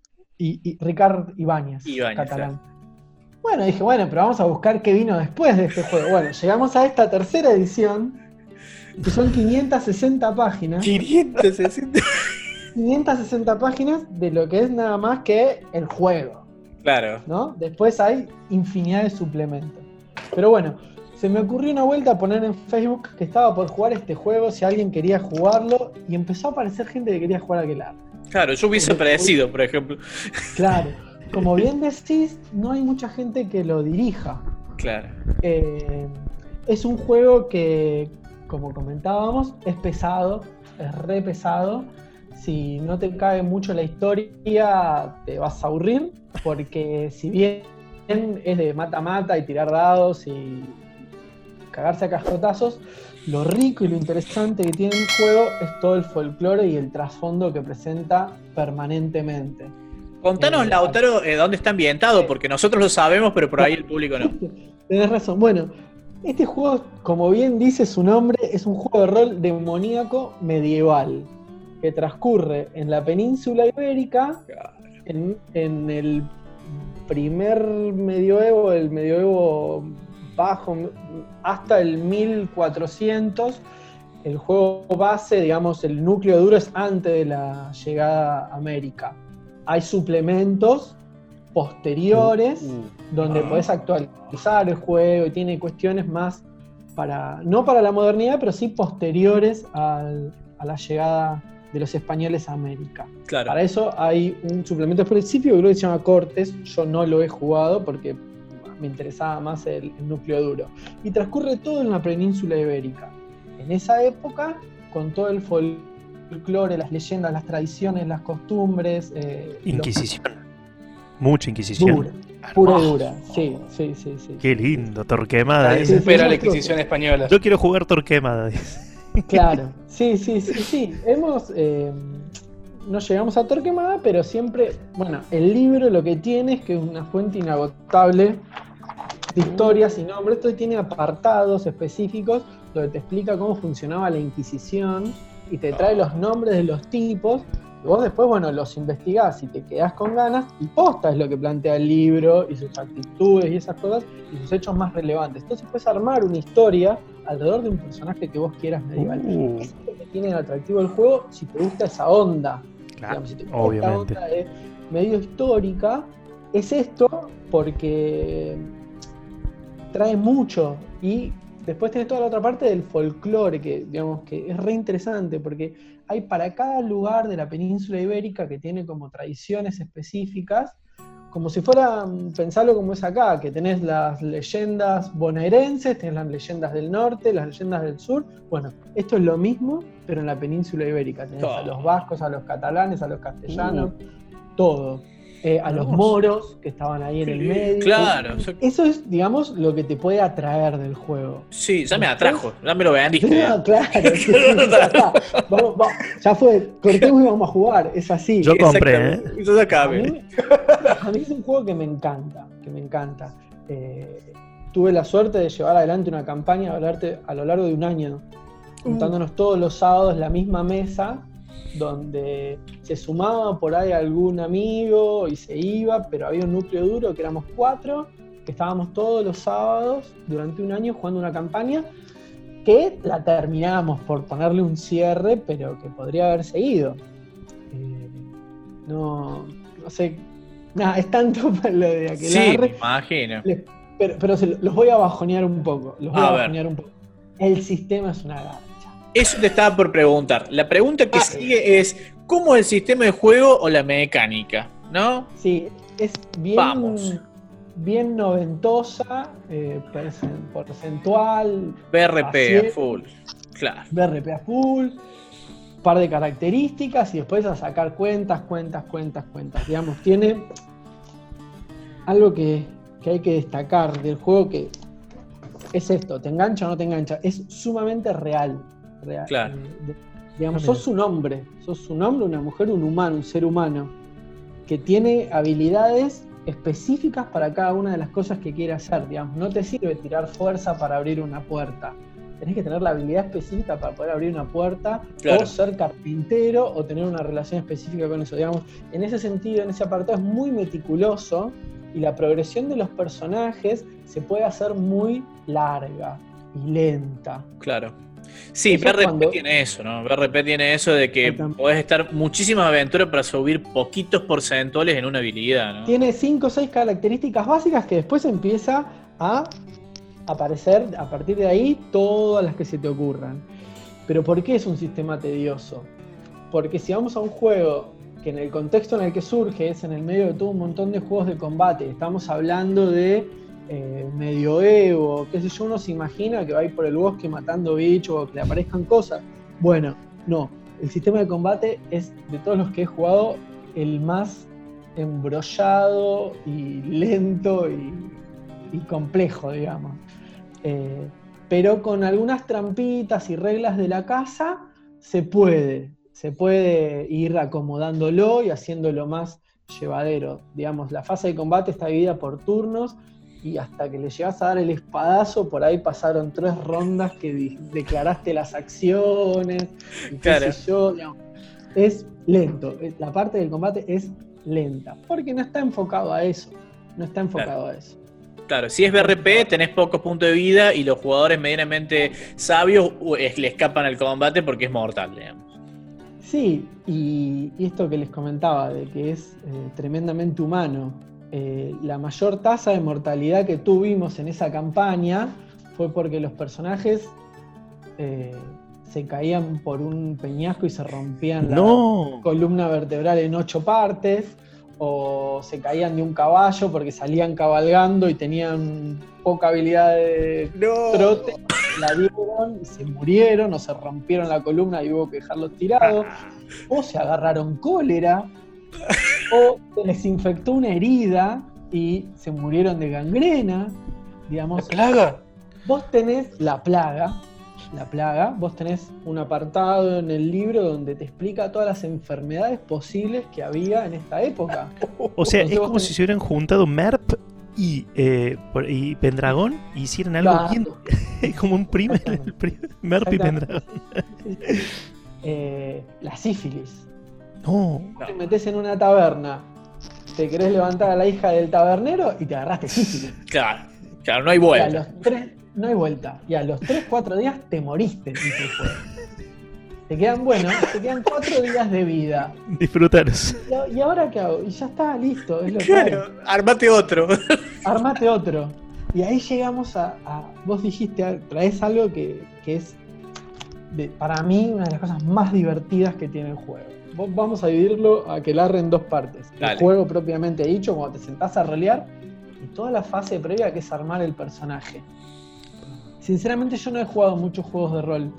y, y Ricard Ibáñez, Ibáñez catalán. Claro. Bueno, dije, bueno, pero vamos a buscar qué vino después de este juego. Bueno, llegamos a esta tercera edición, que son quinientas sesenta páginas. quinientas sesenta quinientas sesenta páginas de lo que es nada más que el juego. Claro. ¿No? Después hay infinidad de suplementos. Pero bueno, se me ocurrió una vuelta a poner en Facebook que estaba por jugar este juego, si alguien quería jugarlo, y empezó a aparecer gente que quería jugar a Aquelarre. Claro, yo hubiese predecido, por ejemplo. Claro, como bien decís, no hay mucha gente que lo dirija. Claro. Eh, es un juego que, como comentábamos, es pesado, es re pesado. Si no te cae mucho la historia, te vas a aburrir, porque si bien es de mata-mata y tirar dados y cagarse a cascotazos, lo rico y lo interesante que tiene el juego es todo el folclore y el trasfondo que presenta permanentemente. Contanos, eh, Lautaro, eh, dónde está ambientado, porque nosotros lo sabemos, pero por ahí el público no. Tenés razón. Bueno, este juego, como bien dice su nombre, es un juego de rol demoníaco medieval, que transcurre en la península ibérica, en, en el primer medioevo, el medioevo bajo, hasta el mil cuatrocientos. El juego base, digamos, el núcleo duro es antes de la llegada a América. Hay suplementos posteriores uh, uh, donde uh. podés actualizar el juego y tiene cuestiones más para, no para la modernidad, pero sí posteriores al, a la llegada de los españoles a América. Claro. Para eso hay un suplemento específico que creo que se llama Cortes. Yo no lo he jugado porque me interesaba más el, el núcleo duro. Y transcurre todo en la península ibérica. En esa época, con todo el folclore, las leyendas, las tradiciones, las costumbres. Eh, Inquisición. Los... Mucha Inquisición. Dura, pura y dura. Sí, sí, sí, sí. Qué lindo, Torquemada. Ahí se espera la Inquisición española. Yo quiero jugar Torquemada. Claro, sí, sí, sí, sí. Hemos, eh, no llegamos a Torquemada, pero siempre, bueno, el libro lo que tiene es que es una fuente inagotable de historias y nombres. Esto tiene apartados específicos donde te explica cómo funcionaba la Inquisición y te trae los nombres de los tipos. Y vos después, bueno, los investigás y te quedás con ganas, y posta es lo que plantea el libro y sus actitudes y esas cosas y sus hechos más relevantes. Entonces puedes armar una historia alrededor de un personaje que vos quieras medieval. Uh. Eso es lo que tiene el atractivo del juego si te gusta esa onda. Claro, digamos, si te gusta obviamente. Esta onda de medio histórica, es esto porque trae mucho. Y después tenés toda la otra parte del folclore, que digamos que es re interesante, porque hay para cada lugar de la península ibérica que tiene como tradiciones específicas, como si fuera, pensarlo como es acá, que tenés las leyendas bonaerenses, tenés las leyendas del norte, las leyendas del sur. Bueno, esto es lo mismo, pero en la península ibérica. Tenés oh. a los vascos, a los catalanes, a los castellanos. Uh. todo. Eh, a los moros que estaban ahí en el medio. Claro. Eso es, digamos, lo que te puede atraer del juego. Sí, ya me atrajo, ya me lo vendiste. No, claro, sí, sí, ya está. Vamos, vamos, ya fue, cortemos y vamos a jugar, es así. Yo compré, ¿eh? Yo ya A acabé. mí, a mí es un juego que me encanta, que me encanta. Eh, tuve la suerte de llevar adelante una campaña a lo largo de un año, juntándonos todos los sábados la misma mesa, donde se sumaba por ahí algún amigo y se iba, pero había un núcleo duro que éramos cuatro, que estábamos todos los sábados durante un año jugando una campaña que la terminamos por ponerle un cierre, pero que podría haber seguido. Eh, no, no sé, nada, es tanto para lo de Aquelarre. Sí, me imagino. Les- pero pero se, los voy a bajonear un poco, los voy A a, ver. bajonear un poco. El sistema es una garcha. Eso te estaba por preguntar. La pregunta que Ah, sigue es: ¿cómo el sistema de juego o la mecánica? ¿No? Sí, es bien, Vamos. bien noventosa, eh, percen- porcentual, B R P Así a es. full. Claro. B R P a full, par de características y después a sacar cuentas, cuentas, cuentas, cuentas. Digamos, tiene algo que, que hay que destacar del juego, que es esto: te engancha o no te engancha, es sumamente real. real. Claro. Eh, de- digamos, Ah, mira. sos un hombre, sos un hombre, una mujer, un humano, un ser humano, que tiene habilidades específicas para cada una de las cosas que quiere hacer. Digamos, no te sirve tirar fuerza para abrir una puerta. Tenés que tener la habilidad específica para poder abrir una puerta, Claro. o ser carpintero, o tener una relación específica con eso. Digamos, en ese sentido, en ese apartado es muy meticuloso, y la progresión de los personajes se puede hacer muy larga y lenta. Claro. Sí, Eso B R P cuando- tiene eso, ¿no? B R P tiene eso de que Exactamente. podés estar muchísimas aventuras para subir poquitos porcentuales en una habilidad, ¿no? Tiene cinco o seis características básicas que después empieza a aparecer a partir de ahí todas las que se te ocurran. Pero ¿por qué es un sistema tedioso? Porque si vamos a un juego que en el contexto en el que surge es en el medio de todo un montón de juegos de combate, estamos hablando de eh, medioevo, qué sé yo, uno se imagina que va a ir por el bosque matando bichos o que le aparezcan cosas. Bueno, no. El sistema de combate es, de todos los que he jugado, el más embrollado y lento y, y complejo, digamos. Eh, pero con algunas trampitas y reglas de la casa se puede, se puede ir acomodándolo y haciéndolo más llevadero. Digamos, la fase de combate está dividida por turnos, y hasta que le llegas a dar el espadazo, por ahí pasaron tres rondas que di- declaraste las acciones, y qué Claro. sé yo, digamos. Es lento, la parte del combate es lenta, porque no está enfocado a eso, no está enfocado a eso. Claro, si es B R P tenés pocos puntos de vida y los jugadores medianamente sabios uh, es- le escapan al combate porque es mortal, digamos. Sí, y, y esto que les comentaba, de que es eh, tremendamente humano. Eh, la mayor tasa de mortalidad que tuvimos en esa campaña fue porque los personajes eh, se caían por un peñasco y se rompían No. la columna vertebral en ocho partes, o se caían de un caballo porque salían cabalgando y tenían poca habilidad de trote, la dieron y se murieron, o se rompieron la columna y hubo que dejarlos tirados, o se agarraron cólera, o se les infectó una herida y se murieron de gangrena. Digamos, ¿Plaga? vos tenés la plaga, la plaga, vos tenés un apartado en el libro donde te explica todas las enfermedades posibles que había en esta época. O sea, Entonces es vos como tenés- si se hubieran juntado Merp y, eh, por- y Pendragón y hicieran algo Claro. bien. Como un primer. Exactamente. el primer- Merp y Exactamente. Pendragón. Eh, la sífilis. No. No. Te metés en una taberna, te querés levantar a la hija del tabernero y te agarraste sífilis. Claro, claro, no hay Y a vuelta. los tres, no hay vuelta. Y a los tres, cuatro días te moriste, dice el juego. Te quedan, bueno, te quedan cuatro días de vida. Disfrutaros. ¿Y, y ahora qué hago? Y ya está, listo, es lo que hay. Claro, armate otro. Armate otro. Y ahí llegamos a, a- vos dijiste, traes algo que, que es, de- para mí, una de las cosas más divertidas que tiene el juego. Vos- vamos a dividirlo a Aquelarre en dos partes. Dale. El juego propiamente dicho, cuando te sentás a rolear, y toda la fase previa que es armar el personaje. Sinceramente yo no he jugado muchos juegos de rol.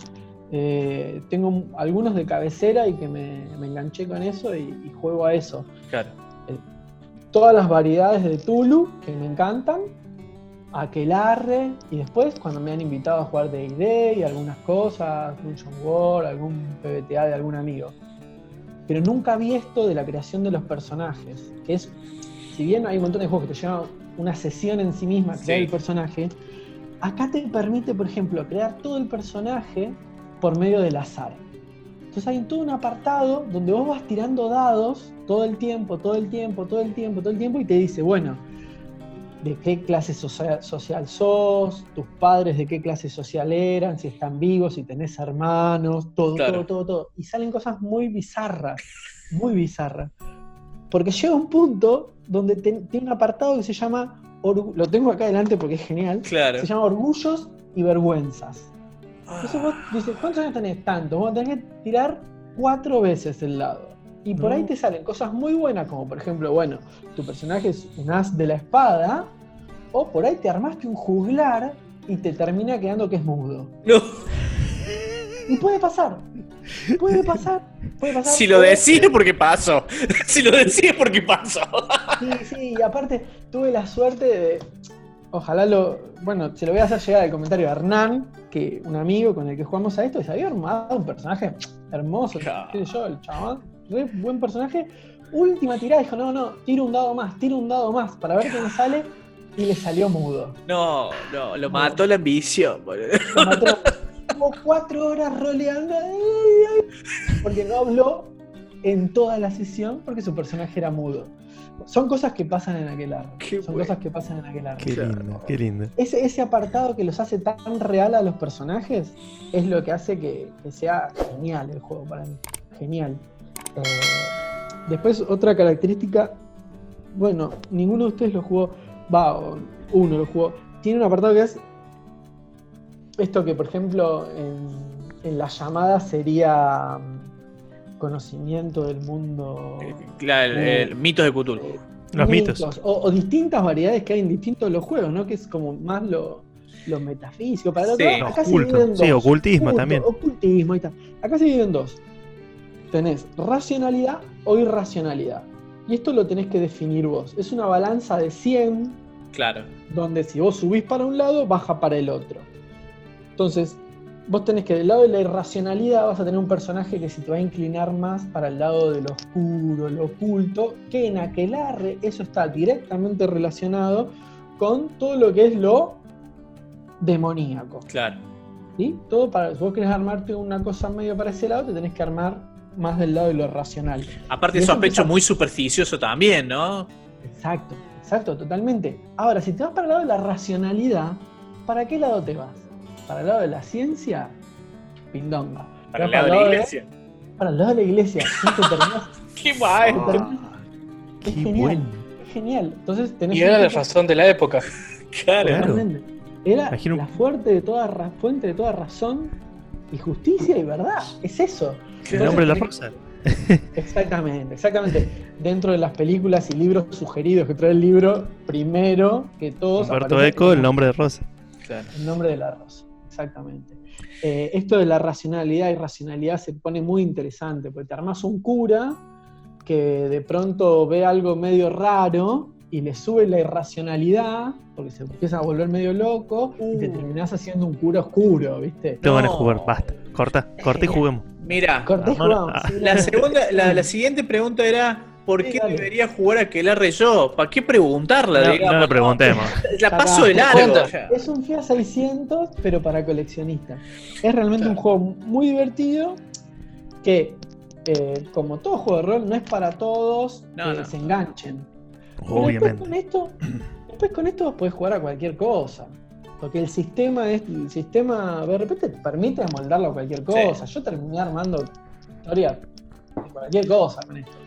Eh, tengo algunos de cabecera y que me, me enganché con eso y, y juego a eso. Claro. eh, todas las variedades de Tulu que me encantan, Aquelarre, y después cuando me han invitado a jugar D and D y algunas cosas, Dungeon World, algún P B T A de algún amigo. Pero nunca vi esto de la creación de los personajes, que es, si bien hay un montón de juegos que te llevan una sesión en sí misma, crear Sí. el personaje, acá te permite, por ejemplo, crear todo el personaje por medio del azar. Entonces hay todo un apartado donde vos vas tirando dados todo el tiempo, todo el tiempo, todo el tiempo, todo el tiempo, y te dice, bueno, de qué clase social, social sos, tus padres de qué clase social eran, si están vivos, si tenés hermanos, todo, Claro. todo, todo, todo. Y salen cosas muy bizarras, muy bizarras. Porque llega un punto donde te- tiene un apartado que se llama, orgu- lo tengo acá adelante porque es genial, Claro. se llama Orgullos y Vergüenzas. Entonces vos dices, ¿cuántos años tenés? Tanto. Vos tenés que tirar cuatro veces el dado. Y por No. ahí te salen cosas muy buenas, como por ejemplo, bueno, tu personaje es un as de la espada, o por ahí te armaste un juglar y te termina quedando que es mudo. No. Y puede pasar. Puede pasar. Puede pasar. Si lo O- decís es porque pasó. Si lo decís es porque pasó. Sí, sí, y aparte tuve la suerte de. Ojalá lo. Bueno, se lo voy a hacer llegar al comentario a Hernán, que un amigo con el que jugamos a esto, y se había armado un personaje hermoso, Claro. qué sé yo, el chaval, re buen personaje. Última tirada, dijo, no, no, tiro un dado más, tiro un dado más, para ver qué me sale, y le salió mudo. No, no, lo mató la ambición, boludo. Lo mató. Estuvo cuatro horas roleando, ay, ay, porque no habló en toda la sesión, porque su personaje era mudo. Son cosas que pasan en Aquelarre. Qué Son bueno. cosas que pasan en Aquelarre. Qué lindo, qué lindo. Ese, ese apartado que los hace tan real a los personajes es lo que hace que, que sea genial el juego para mí. Genial. Eh, después, otra característica. Bueno, ninguno de ustedes lo jugó. Va, o uno lo jugó. Tiene un apartado que es. Esto que, por ejemplo, en, en la llamada sería. mm, Conocimiento del mundo. Claro, el, el mitos de Cthulhu. Los mitos. O, o distintas variedades que hay en distintos los juegos, ¿no? Que es como más lo, lo metafísico. Para el otro, Sí, acá oculto. se dividen Sí, dos. ocultismo Oculto, también. Ocultismo, ahí está. Acá se dividen dos. Tenés racionalidad o irracionalidad. Y esto lo tenés que definir vos. Es una balanza de cien, Claro. donde si vos subís para un lado, baja para el otro. Entonces, vos tenés que del lado de la irracionalidad vas a tener un personaje que se te va a inclinar más para el lado de lo oscuro, lo oculto, que en Aquelarre eso está directamente relacionado con todo lo que es lo demoníaco. Claro. ¿Sí? Todo para, si vos querés armarte una cosa medio para ese lado, te tenés que armar más del lado de lo racional. Aparte, Y eso eso aspecto empieza- muy superficioso también, ¿no? Exacto, exacto, totalmente. Ahora, si te vas para el lado de la racionalidad, ¿para qué lado te vas? ¿Para el lado de la ciencia? Pindonga. Para el ¿Te vas lado de la de- iglesia. Para el lado de la iglesia. ¿Sí te terminás? ¡Qué maestro! te terminás- Qué Es genial, bueno. es genial. Entonces tenés Y un era la tipo- razón de la época. Claro. Claro. Totalmente. Era Imagino- la fuerte de toda ra- fuente de toda razón y justicia y verdad. Es eso. El nombre de la Entonces, rosa. Exactamente, exactamente. Dentro de las películas y libros sugeridos que trae el libro, primero que todos. Humberto aparece Eco, el nombre de rosa. Claro. el nombre de la rosa. Exactamente. Eh, esto de la racionalidad y racionalidad se pone muy interesante, porque te armás un cura que de pronto ve algo medio raro y le sube la irracionalidad, porque se empieza a volver medio loco, y te Uh. terminás haciendo un cura oscuro, ¿viste? Te van a No. jugar, basta. Corta, corta y juguemos. Mira, Cortés Armando- jugamos, ah. sí, la no. segunda, la, la siguiente pregunta era ¿por Sí, qué dale. debería jugar Aquelarre yo? ¿Para qué preguntarla? No, digamos? no lo preguntemos. La paso de Acá. largo. Cuenta. ya. Es un FIFA seiscientos, pero para coleccionistas. Es realmente un juego muy divertido que, eh, como todo juego de rol, no es para todos No, que no. se enganchen. Pero después con Obviamente. esto, después con esto vos podés jugar a cualquier cosa. Porque el sistema es, el sistema de repente te permite moldarlo a cualquier cosa. Yo terminé armando historia de cualquier cosa con esto.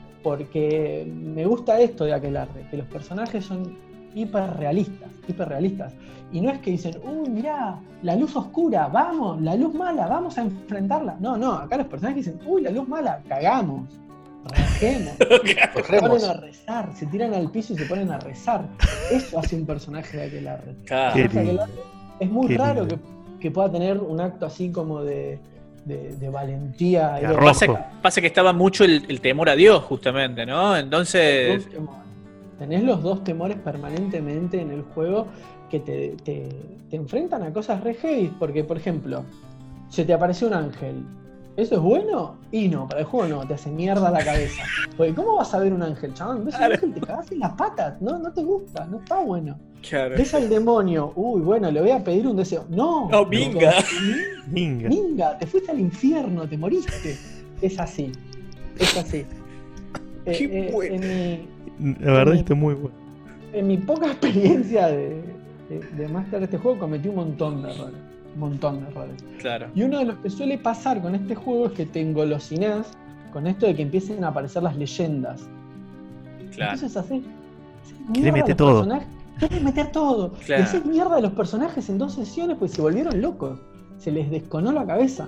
Porque me gusta esto de Aquelarre, que los personajes son hiperrealistas, hiperrealistas. Y no es que dicen, uy, mirá, la luz oscura, vamos, la luz mala, vamos a enfrentarla. No, no, acá los personajes dicen, uy, la luz mala, cagamos, rajemos. Se ponen a rezar, se tiran al piso y se ponen a rezar. Eso hace un personaje de Aquelarre. Claro. Qué El personaje de lindo. Aquelarre es muy Qué raro lindo. que, que pueda tener un acto así como de, de, de valentía. De y de- arrojo. Pasa que estaba mucho el, el temor a Dios, justamente, ¿no? Entonces, Dos temores. Tenés los dos temores permanentemente en el juego que te, te, te enfrentan a cosas re heavy, porque, por ejemplo, se te apareció un ángel. ¿Eso es bueno? Y no, para el juego no, te hace mierda la cabeza. Porque ¿cómo vas a ver un ángel, chabón? ¿Ves un ángel? Te cagás en las patas, no, no te gusta, no está bueno. claro. ¿Ves al demonio? Uy, bueno, le voy a pedir un deseo. No, No, minga. Minga. Minga, te fuiste al infierno, te moriste. Es así, es así. Eh, Qué eh, bueno. en, mi, La verdad está muy bueno. en mi poca experiencia de, de, de máster de este juego cometí un montón de errores. Un montón de errores. Claro. Y uno de los que suele pasar con este juego es que te engolosinás con esto de que empiecen a aparecer las leyendas. Claro. Entonces así. Quiere meter todo. Quiere meter todo. Claro. Y haces mierda a los personajes en dos sesiones, pues se volvieron locos. Se les desconó la cabeza.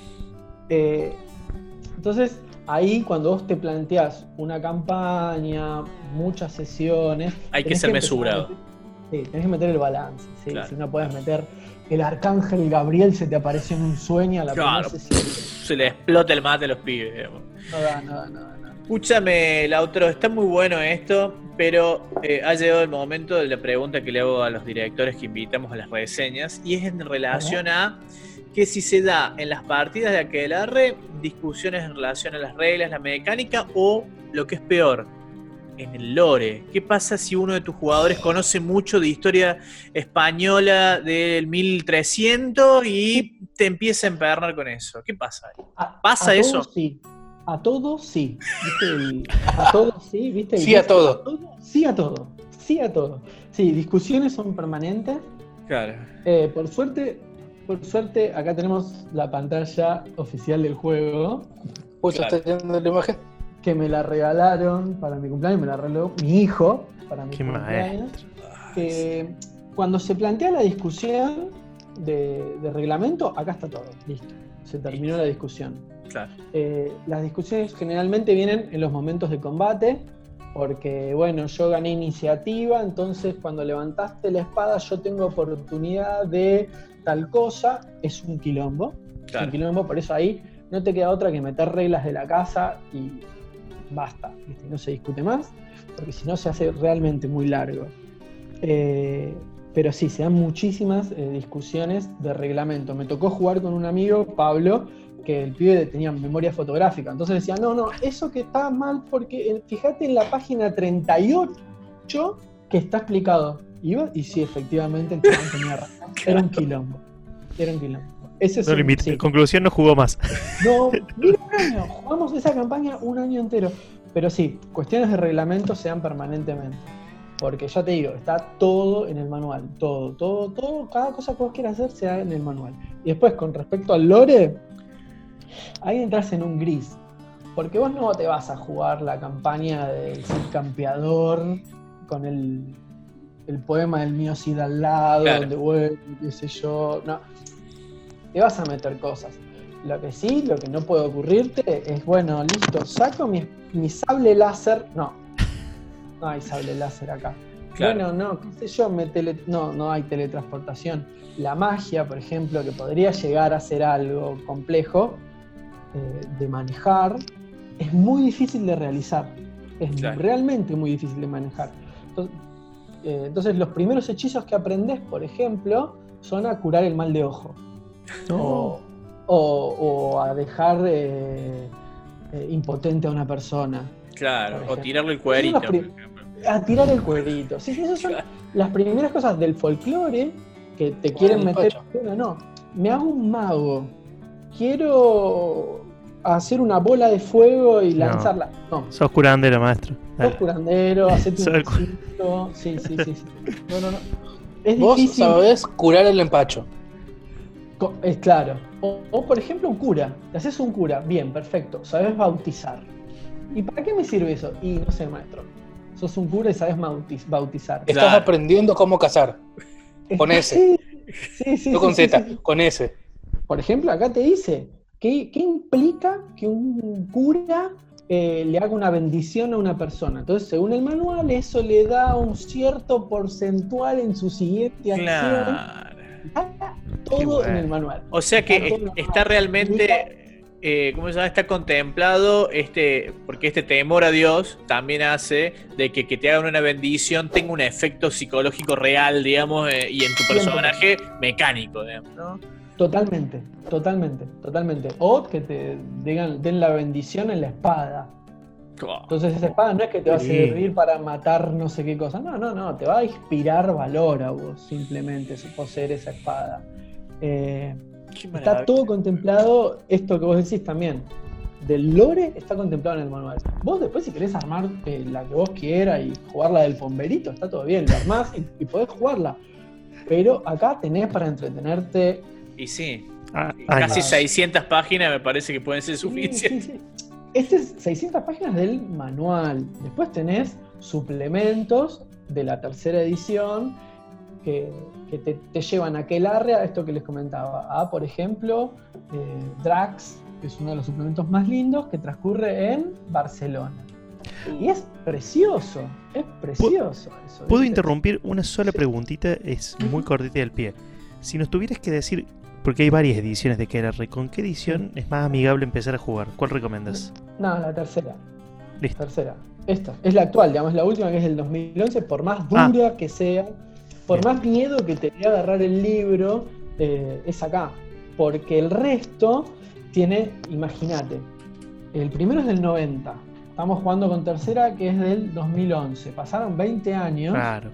Eh, entonces, ahí cuando vos te planteás una campaña, muchas sesiones. Hay que tenés ser empezar a mesurado. meter- sí, tenés que meter el balance. ¿sí? Claro. Si no puedes meter el arcángel Gabriel se te apareció en un sueño a la Claro. primera sesión. Se le explota el mate a los pibes, digamos. No da, no da, no da, no da. Escúchame, Lautaro, está muy bueno esto, pero eh, ha llegado el momento de la pregunta que le hago a los directores que invitamos a las reseñas, y es en relación a que si se da en las partidas de Aquelarre discusiones en relación a las reglas, la mecánica, o lo que es peor, en el lore. ¿Qué pasa si uno de tus jugadores conoce mucho de historia española del mil trescientos y te empieza a empernar con eso? ¿Qué pasa ahí? A- ¿Pasa a eso? Todos, sí. A todos sí. ¿Viste el- a todos sí, ¿viste? el- Sí a todo. Sí a todo. Sí a todo. Sí, discusiones son permanentes. Claro. Eh, por suerte, por suerte, acá tenemos la pantalla oficial del juego, Justo Claro. está viendo la imagen. que me la regalaron para mi cumpleaños, me la regaló mi hijo para mi Qué cumpleaños. maestro. Eh, cuando se plantea la discusión de, de reglamento, acá está todo, listo. Se terminó la discusión. Claro. Eh, las discusiones generalmente vienen en los momentos de combate, porque bueno, yo gané iniciativa, entonces cuando levantaste la espada yo tengo oportunidad de tal cosa, es un quilombo. Es Claro. un quilombo, por eso ahí no te queda otra que meter reglas de la casa y basta, ¿viste? No se discute más, porque si no se hace realmente muy largo. Eh, pero sí, se dan muchísimas eh, discusiones de reglamento. Me tocó jugar con un amigo, Pablo, que el pibe tenía memoria fotográfica. Entonces decía, no, no, eso que está mal porque eh, fíjate en la página treinta y ocho que está explicado. Iba y sí, efectivamente, el chabón tenía razón. Era un quilombo. Era un quilombo. Ese es No un- lo invité. sí. En conclusión, no jugó más. No, mira un año, jugamos esa campaña un año entero. Pero sí, cuestiones de reglamento se dan permanentemente. Porque ya te digo, está todo en el manual. Todo, todo, todo, cada cosa que vos quieras hacer se da en el manual. Y después, con respecto al lore, ahí entras en un gris. Porque vos no te vas a jugar la campaña del Cid Campeador con el, el poema del mío Cid al lado, Claro. donde bueno, qué sé yo. No. Te vas a meter cosas. Lo que sí, lo que no puede ocurrirte es, bueno, listo, saco mi, mi sable láser. No, no hay sable láser acá. Claro. Bueno, no, qué sé yo, me tele... no, no hay teletransportación. La magia, por ejemplo, que podría llegar a ser algo complejo eh, de manejar, es muy difícil de realizar. Es Claro. realmente muy difícil de manejar. Entonces, eh, entonces, los primeros hechizos que aprendes, por ejemplo, son a curar el mal de ojo. O, o- o a dejar eh, eh, impotente a una persona. Claro. Por O ejemplo. tirarle el cuerito. Son los pri- A tirar el cuerito. Sí, sí, esas son Claro. las primeras cosas del folclore que te quieren el meter. pacho. Bueno, no, me hago un mago. Quiero hacer una bola de fuego y No. lanzarla. No, Sos curandero, maestro. sos Dale. curandero, hacete Soy un el cu- besito. Sí, sí, sí, sí. No, no, no. Es Vos difícil. sabés curar el empacho. Co- Es claro. O, o, por ejemplo, un cura. Te haces un cura. Bien, perfecto. Sabes bautizar. ¿Y para qué me sirve eso? Y no sé, maestro. Sos un cura y sabes bautiz- bautizar. Estás Claro. aprendiendo cómo cazar. Con ese. Sí, sí, sí. No con sí, Z, sí, sí. con ese. Por ejemplo, acá te dice, ¿qué, qué implica que un cura eh, le haga una bendición a una persona? Entonces, según el manual, eso le da un cierto porcentual en su siguiente acción. Claro. Está todo bueno. en el manual. O sea que Está todo en el está manual. realmente, eh, ¿cómo se llama? Está contemplado, este, porque este temor a Dios también hace de que que te hagan una bendición tenga un efecto psicológico real, digamos, eh, y en tu personaje mecánico, digamos, ¿no? Totalmente, totalmente, totalmente. O que te digan, den la bendición en la espada. Oh, Entonces esa espada no es que te va a Sí. servir para matar no sé qué cosa. No, no, no. Te va a inspirar valor a vos, simplemente, poseer esa espada. Eh, qué está maravilla. todo contemplado, esto que vos decís también. Del lore está contemplado en el manual. Vos después si querés armar eh, la que vos quieras y jugarla del pomberito, está todo bien, lo armás y, y podés jugarla. Pero acá tenés para entretenerte. Y sí, Ah, casi años. seiscientas páginas me parece que pueden ser Sí, suficientes. sí, sí. Este es seiscientas páginas del manual. Después tenés suplementos de la tercera edición que, que te, te llevan a aquelarre a esto que les comentaba. A, por ejemplo, eh, Drax, que es uno de los suplementos más lindos, que transcurre en Barcelona. Y es precioso, es precioso eso. ¿Puedo ¿viste? interrumpir una sola Sí. preguntita? Es muy cortita del pie. Si nos tuvieras que decir, porque hay varias ediciones de Aquelarre, ¿con qué edición es más amigable empezar a jugar? ¿Cuál recomiendas? No, la tercera. Listo. Tercera. Esta. Es la actual, digamos, la última que es del dos mil once, por más Ah. dura que sea, por Bien. más miedo que te dé agarrar el libro, eh, es acá. Porque el resto tiene, imagínate, el primero es del noventa. Estamos jugando con tercera, que es del dos mil once. Pasaron veinte años. Claro.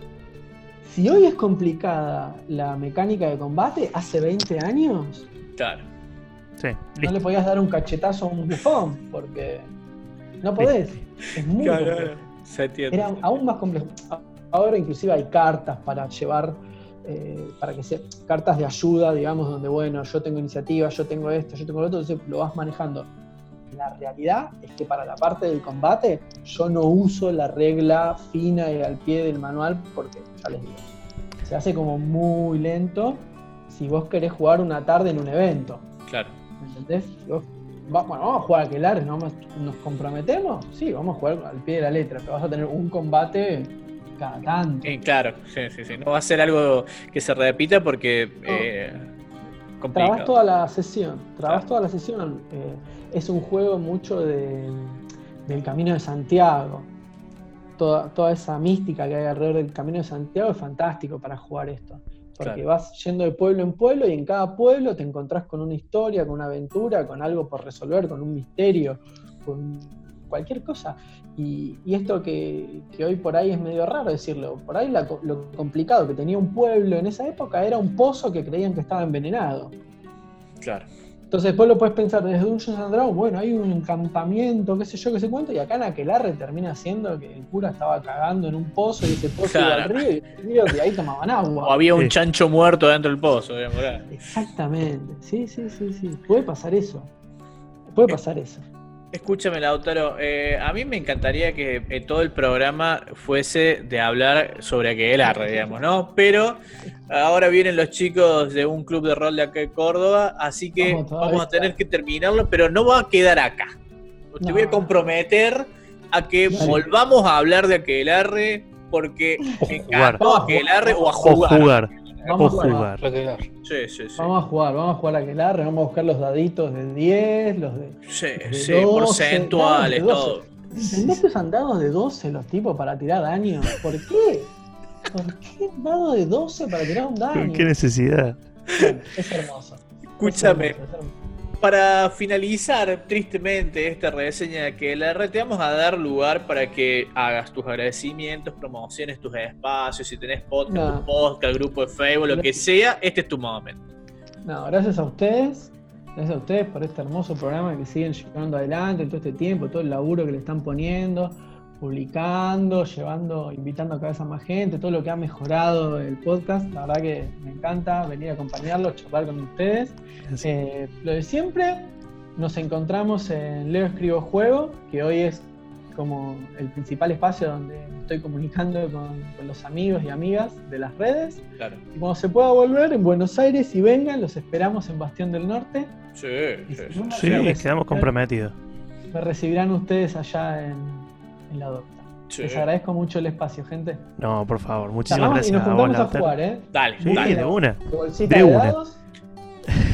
Si hoy es complicada la mecánica de combate, hace veinte años, Claro. Sí, no listo. le podías dar un cachetazo a un bufón, porque no podés. Es muy complejo. Se entiende. Era aún más complejo. Ahora inclusive hay cartas para llevar, eh, para que sea cartas de ayuda, digamos, donde bueno, yo tengo iniciativa, yo tengo esto, yo tengo lo otro, entonces lo vas manejando. La realidad es que para la parte del combate yo no uso la regla fina y al pie del manual porque, ya les digo, se hace como muy lento si vos querés jugar una tarde en un evento. Claro. ¿Me entendés? Si vos- va- bueno, vamos a jugar a Aquelarre, ¿no? ¿Nos comprometemos? Sí, vamos a jugar al pie de la letra, pero vas a tener un combate cada tanto. Eh, claro, sí, sí, sí. No va a ser algo que se repita porque eh, Trabas complicado. toda la sesión, trabas Claro. toda la sesión. Eh, es un juego mucho de- del Camino de Santiago. Toda, toda esa mística que hay alrededor del Camino de Santiago es fantástico para jugar esto. Porque Claro. vas yendo de pueblo en pueblo y en cada pueblo te encontrás con una historia, con una aventura, con algo por resolver, con un misterio, con cualquier cosa. Y, y esto que, que hoy por ahí es medio raro decirlo, por ahí la co- lo complicado que tenía un pueblo en esa época era un pozo que creían que estaba envenenado. Claro. Entonces después lo puedes pensar desde Dungeons and Dragons, bueno, hay un encampamiento, qué sé yo, qué sé cuánto, y acá en Aquelarre termina siendo que el cura estaba cagando en un pozo y ese pozo iba al Claro. río y el río de ahí tomaban agua. O había un Sí. chancho muerto dentro del pozo, digamos, ¿verdad? Exactamente, sí, sí, sí, sí. Puede pasar eso. Puede pasar eso. Escúchame, Lautaro, eh, a mí me encantaría que eh, todo el programa fuese de hablar sobre Aquelarre, digamos, ¿no? Pero ahora vienen los chicos de un club de rol de acá de Córdoba, así que Vamos todavía. vamos a tener que terminarlo, pero no va a quedar acá. Te No. voy a comprometer a que Dale. volvamos a hablar de Aquelarre porque O me jugar. encantó Aquelarre o a O jugar. jugar. Vamos O a jugar. jugar. Recrear. Sí, sí, sí. Vamos a jugar, vamos a jugar a Aquelarre, vamos a buscar los daditos de diez, los de. Sí, de sí, doce, porcentuales, dados de todo. doce. ¿Entendés que usan dados de doce los tipos para tirar daño? ¿Por qué? ¿Por qué dado de doce para tirar un daño? ¿Qué necesidad? Bueno, es hermoso. Escúchame. Es hermoso, es hermoso. Para finalizar tristemente esta reseña de Aquelarre, te vamos a dar lugar para que hagas tus agradecimientos, promociones tus espacios, si tenés podcast, No. tu podcast, grupo de Facebook, lo que sea, este es tu momento. No, gracias a ustedes. Gracias a ustedes por este hermoso programa que siguen llevando adelante todo este tiempo, todo el laburo que le están poniendo, publicando, llevando, invitando a cada vez a más gente, todo lo que ha mejorado el podcast. La verdad que me encanta venir a acompañarlos, charlar con ustedes. Eh, lo de siempre, nos encontramos en Leo Escribo Juego, que hoy es como el principal espacio donde me estoy comunicando con, con los amigos y amigas de las redes. Claro. Y cuando se pueda volver en Buenos Aires y vengan, los esperamos en Bastión del Norte. Sí, Y sí, si sí. no, Sí, me quedamos recibirán- comprometidos. Me recibirán ustedes allá en, en la docta. Sí. Les agradezco mucho el espacio, gente. No, por favor, muchísimas Charlamos y gracias nos a vos, juntamos a Lautaro. jugar, ¿eh? Dale, Sí, dale. de una. De bolsita De de una. dados.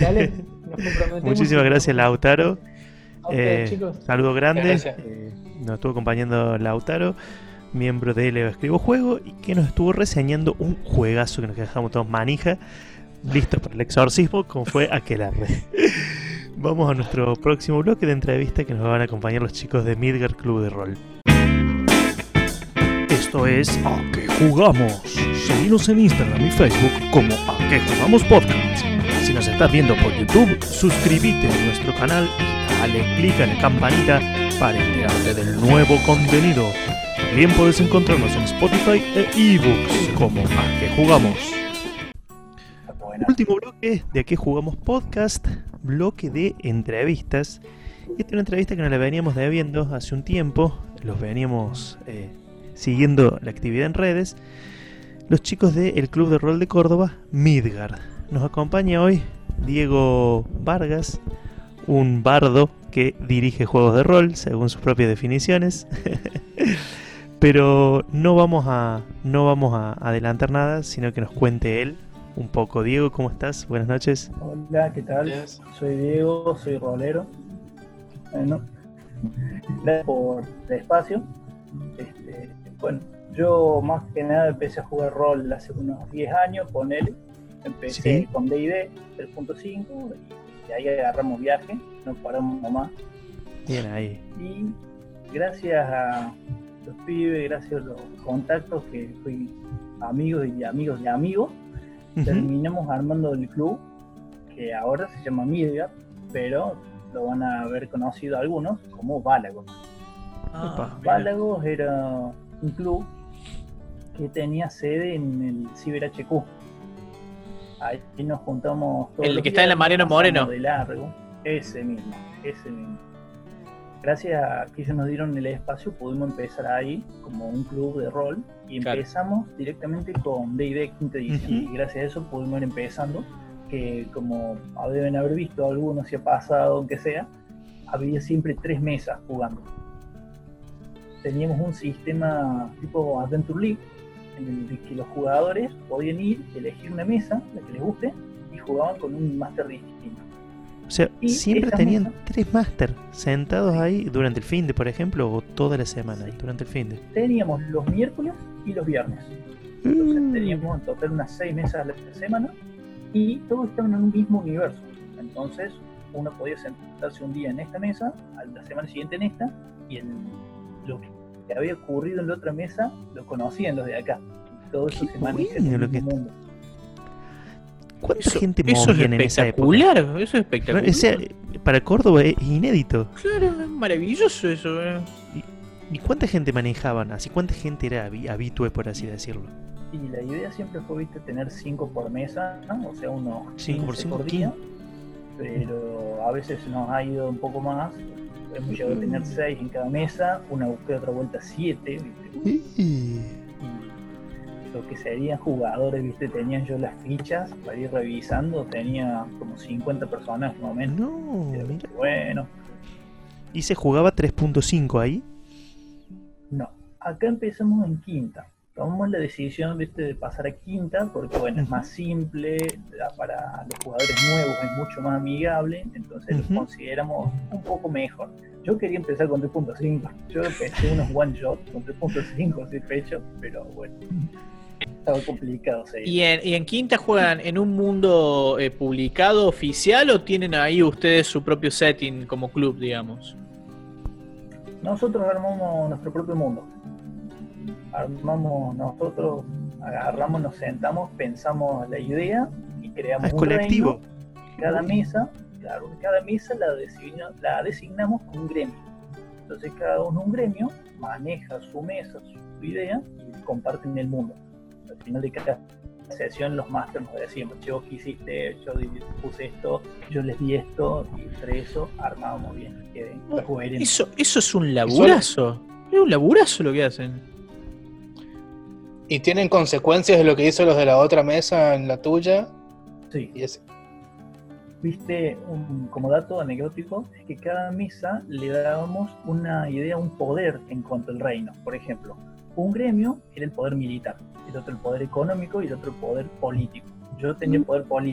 Dale, nos comprometemos. Muchísimas gracias, Lautaro. A ustedes, Eh, chicos. saludo grande. Gracias. Eh, nos estuvo acompañando Lautaro, miembro de Leo Escribo Juego, y que nos estuvo reseñando un juegazo que nos dejamos todos manija, listos para el exorcismo, como fue Aquelarre. Vamos a nuestro próximo bloque de entrevista que nos van a acompañar los chicos de Midgard Club de Rol. Esto es ¿A qué jugamos? Seguinos en Instagram y Facebook como ¿A qué jugamos podcast? Si nos estás viendo por YouTube, suscríbete a nuestro canal y dale click a la campanita para enterarte del nuevo contenido. También puedes encontrarnos en Spotify e eBooks como ¿A qué jugamos? Último bloque de ¿A qué jugamos podcast? Bloque de entrevistas. Esta es una entrevista que nos la veníamos debiendo hace un tiempo. Los veníamos eh, siguiendo la actividad en redes. Los chicos del Club de Rol de Córdoba, Midgard. Nos acompaña hoy Diego Vargas, un bardo que dirige juegos de rol según sus propias definiciones. Pero no vamos a no vamos a adelantar nada, sino que nos cuente él un poco. Diego, ¿cómo estás? Buenas noches. Hola, ¿qué tal? Yes. Soy Diego, soy rolero. Bueno, gracias por el espacio. Este, bueno, yo más que nada empecé a jugar rol hace unos diez años, ponele. Empecé Sí. con D and D tres punto cinco y de ahí agarramos viaje, no paramos más. Bien ahí. Y gracias a los pibes, gracias a los contactos que fui amigos y amigos de amigos, Ujú. terminamos armando el club, que ahora se llama Midgard, pero lo van a haber conocido algunos como Balagos. Opa. Balagos era un club que tenía sede en el Ciber H Q. Ahí nos juntamos todos El los que está en la viernes, Mariano pasamos Moreno. de largo, ese mismo, ese mismo. Gracias a que ellos nos dieron el espacio, pudimos empezar ahí como un club de rol y Claro. empezamos directamente con D and D quinta edición. Ujú. Y gracias a eso pudimos ir empezando, que como deben haber visto algunos, si ha pasado, aunque sea, había siempre tres mesas jugando. Teníamos un sistema tipo Adventure League, en el que los jugadores podían ir, elegir una mesa, la que les guste, y jugaban con un máster distinto. O sea, Y siempre esa tenían mesa- tres máster sentados ahí durante el fin de, por ejemplo, o toda la semana, durante el fin de. Teníamos los miércoles y los viernes. Entonces Mm. teníamos en total unas seis mesas a la semana y todos estaban en un mismo universo. Entonces uno podía sentarse un día en esta mesa, a la semana siguiente en esta, y el, lo que había ocurrido en la otra mesa lo conocían los de acá. Todo eso Qué se maneja en bueno el lo que mismo mundo. ¿Cuánta Eso, gente eso es movían en esa época? espectacular, eso es espectacular. O sea, para Córdoba es inédito. Claro, es maravilloso eso. eh. ¿Y cuánta gente manejaban? Así, ¿cuánta gente era habi- habitue, por así decirlo? Y la idea siempre fue, viste, tener cinco por mesa, ¿no? O sea, unos Cinco por quince cinco, por día. Pero a veces nos ha ido un poco más. Hemos llegado a tener seis en cada mesa, una que otra vuelta siete, ¿viste? Y- Y lo que serían jugadores, ¿viste? Tenían yo las fichas para ir revisando, tenía como cincuenta personas más o menos. No, Pero, mira. bueno, ¿Y se jugaba tres punto cinco ahí? no. Acá empezamos en quinta. Tomamos la decisión, ¿viste? De pasar a quinta porque, bueno, es más simple, para los jugadores nuevos es mucho más amigable, entonces Ujú. lo consideramos un poco mejor. Yo quería empezar con tres punto cinco. Yo empecé unos one shot con tres punto cinco, así pecho, pero bueno, estaba complicado seguir. ¿Y en, y en Quinta juegan en un mundo eh, publicado oficial o tienen ahí ustedes su propio setting como club, digamos? Nosotros armamos nuestro propio mundo. Armamos nosotros, agarramos, nos sentamos, pensamos la idea y creamos Ah, es un colectivo. reino. Cada mesa, claro, cada mesa la, designa- la designamos con un gremio. Entonces cada uno un gremio maneja su mesa, su idea y comparten el mundo. Al final de cada sesión los masters nos decíamos, che, vos qué hiciste, yo puse esto, yo les di esto, y entre eso armábamos bien, que quede coherente. Eso, eso es un laburazo. Es un laburazo lo que hacen. ¿Y tienen consecuencias de lo que hizo los de la otra mesa en la tuya? Sí. Y ese. Viste, un- como dato anecdótico, es que cada mesa le dábamos una idea, un poder en cuanto al reino. Por ejemplo, un gremio era el poder militar, el otro el poder económico y el otro el poder político. Yo tenía el poder político.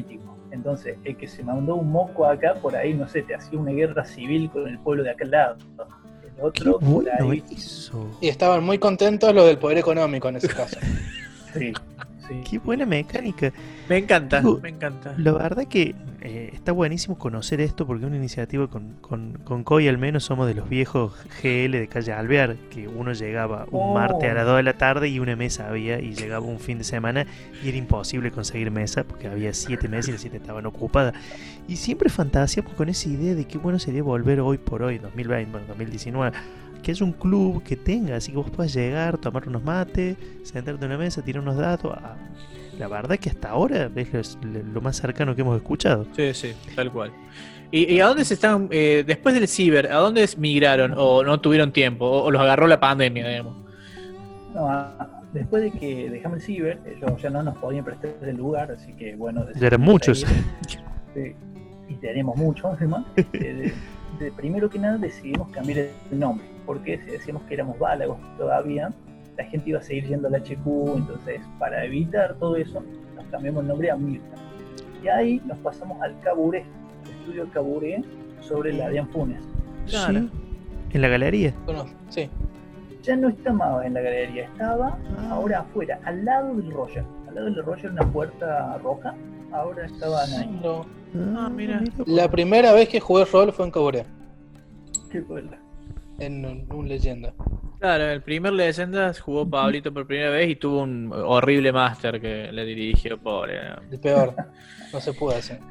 Entonces, el que se mandó un moco acá, por ahí, no sé, te hacía una guerra civil con el pueblo de aquel lado. El otro, Qué por bueno ahí. eso. Y estaban muy contentos los del poder económico en ese caso. Sí, sí. Qué buena mecánica. Me encanta, Digo, me encanta. La verdad que eh, está buenísimo conocer esto porque es una iniciativa con, con, con Coy, al menos somos de los viejos G L de calle Alvear, que uno llegaba un Oh. martes a las dos de la tarde y una mesa había, y llegaba un fin de semana y era imposible conseguir mesa porque había siete mesas y las siete estaban ocupadas. Y siempre fantaseamos con esa idea de qué bueno sería volver hoy por hoy, dos mil veinte, bueno, dos mil diecinueve, que es un club que tenga, así que vos puedas llegar, tomar unos mates, sentarte en una mesa, tirar unos datos. Ah, la verdad que hasta ahora es lo, lo más cercano que hemos escuchado. Sí, sí, tal cual. ¿Y, y a dónde se están, eh, después del ciber, a dónde migraron o no tuvieron tiempo o, o los agarró la pandemia, digamos? No, a- después de que dejamos el ciber, ellos ya no nos podían prestar el lugar, así que bueno. Ya eran muchos. Sí, y tenemos muchos encima. Eh, de- de- primero que nada decidimos cambiar el nombre, porque si decíamos que éramos Bálagos todavía, la gente iba a seguir yendo al H Q, entonces para evitar todo eso, nos cambiamos el nombre a Mirta. Y ahí nos pasamos al Caburé, el estudio Caburé sobre la Dian Funes. Claro. Sí, en la galería. Bueno, sí. Ya no estaba en la galería, estaba Ah. ahora afuera, al lado del Roger. Al lado del Roger una puerta roja, ahora estaban ahí. No. Ah, mira. La primera vez que jugué rol fue en Caburé, Qué cola. en un, un leyenda. Claro, el primer Leyendas jugó Pablito por primera vez y tuvo un horrible máster que le dirigió, pobre. El peor. No se puede hacer.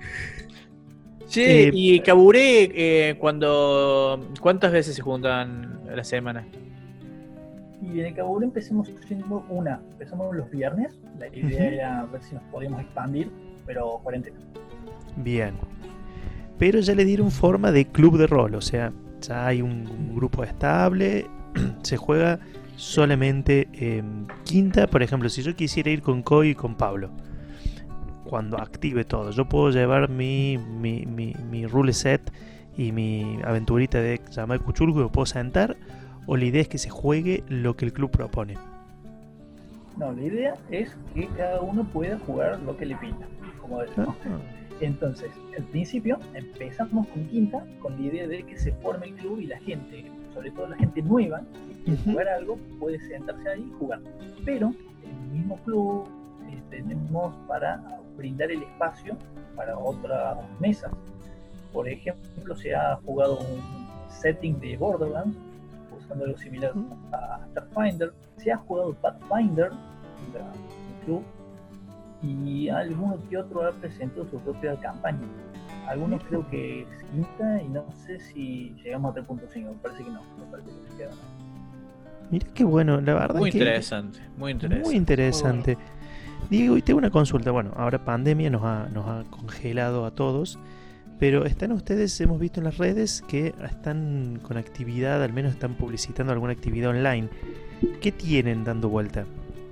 Che, Eh, y Caburé, eh, cuando, ¿cuántas veces se juntan a la semana? Y en el Caburé empecemos haciendo una. Empezamos los viernes. La idea Ujú. era ver si nos podíamos expandir, pero cuarentena. Bien. Pero ya le dieron forma de club de rol, o sea, ya hay un, un grupo estable, se juega solamente en quinta, por ejemplo, si yo quisiera ir con Coy y con Pablo, cuando active todo, yo puedo llevar mi, mi, mi, mi rule set y mi aventurita de llamar Cuchulco y me puedo sentar, o la idea es que se juegue lo que el club propone. No, la idea es que cada uno pueda jugar lo que le pinta, como decimos. Ah, Entonces, al principio empezamos con quinta, con la idea de que se forme el club y la gente, sobre todo la gente nueva, que quiere Ujú. jugar algo, puede sentarse ahí y jugar. Pero en el mismo club eh, tenemos para brindar el espacio para otras mesas. Por ejemplo, se ha jugado un setting de Borderlands, usando algo similar a Starfinder. Se ha jugado Pathfinder en la- en el club. Y alguno que otro ha presentado su propia campaña. Algunos creo que es quinta y no sé si llegamos a tres punto cinco, me parece que no, me parece que se queda. Mira qué bueno, la verdad Muy que interesante, muy interesante. muy interesante. Diego, y tengo una consulta. Bueno, ahora pandemia nos ha, nos ha congelado a todos, pero están ustedes, hemos visto en las redes que están con actividad, al menos están publicitando alguna actividad online. ¿Qué tienen dando vuelta?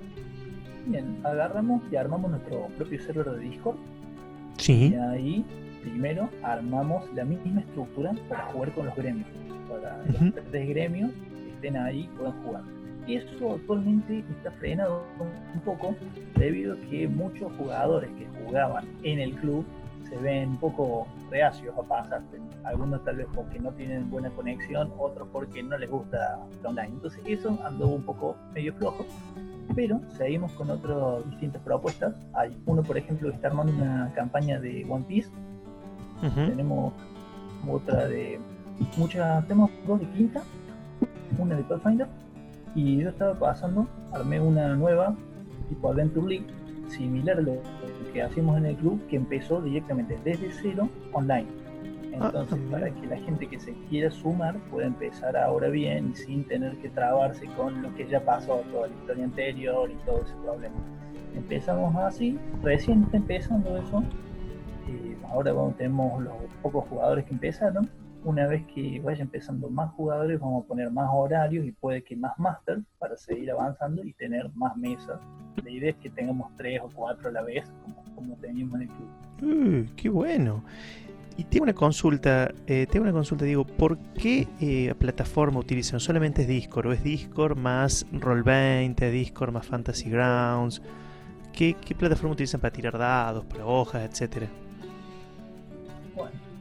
Bien, agarramos y armamos nuestro propio server de Discord. Sí. Y ahí, primero, armamos la misma estructura para jugar con los gremios. Para Ujú. los tres gremios que estén ahí puedan jugar. Y eso actualmente está frenado un poco debido a que muchos jugadores que jugaban en el club se ven un poco reacios a pasar. Algunos tal vez porque no tienen buena conexión, otros porque no les gusta la online. Entonces eso andó un poco medio flojo. Pero seguimos con otras distintas propuestas. Hay uno, por ejemplo, que está armando una campaña de One Piece. Ujú. Tenemos otra de muchas, tenemos dos de quinta, una de Pathfinder, y yo estaba pasando, armé una nueva tipo Adventure League, similar a lo que hacemos en el club, que empezó directamente desde cero online. Entonces, Ah, para que la gente que se quiera sumar pueda empezar ahora bien y sin tener que trabarse con lo que ya pasó, toda la historia anterior y todo ese problema. Empezamos así, recién está empezando eso. Eh, ahora vamos, tenemos los pocos jugadores que empezaron. Una vez que vaya empezando más jugadores, vamos a poner más horarios y puede que más máster para seguir avanzando y tener más mesas. La idea es que tengamos tres o cuatro a la vez, como, como teníamos en el club. Uh, qué bueno. Y tengo una consulta, eh, tengo una consulta, digo, ¿por qué eh, plataforma utilizan? ¿Solamente es Discord o es Discord más Roll veinte, Discord más Fantasy Grounds? ¿Qué, qué plataforma utilizan para tirar dados, para hojas, etcétera?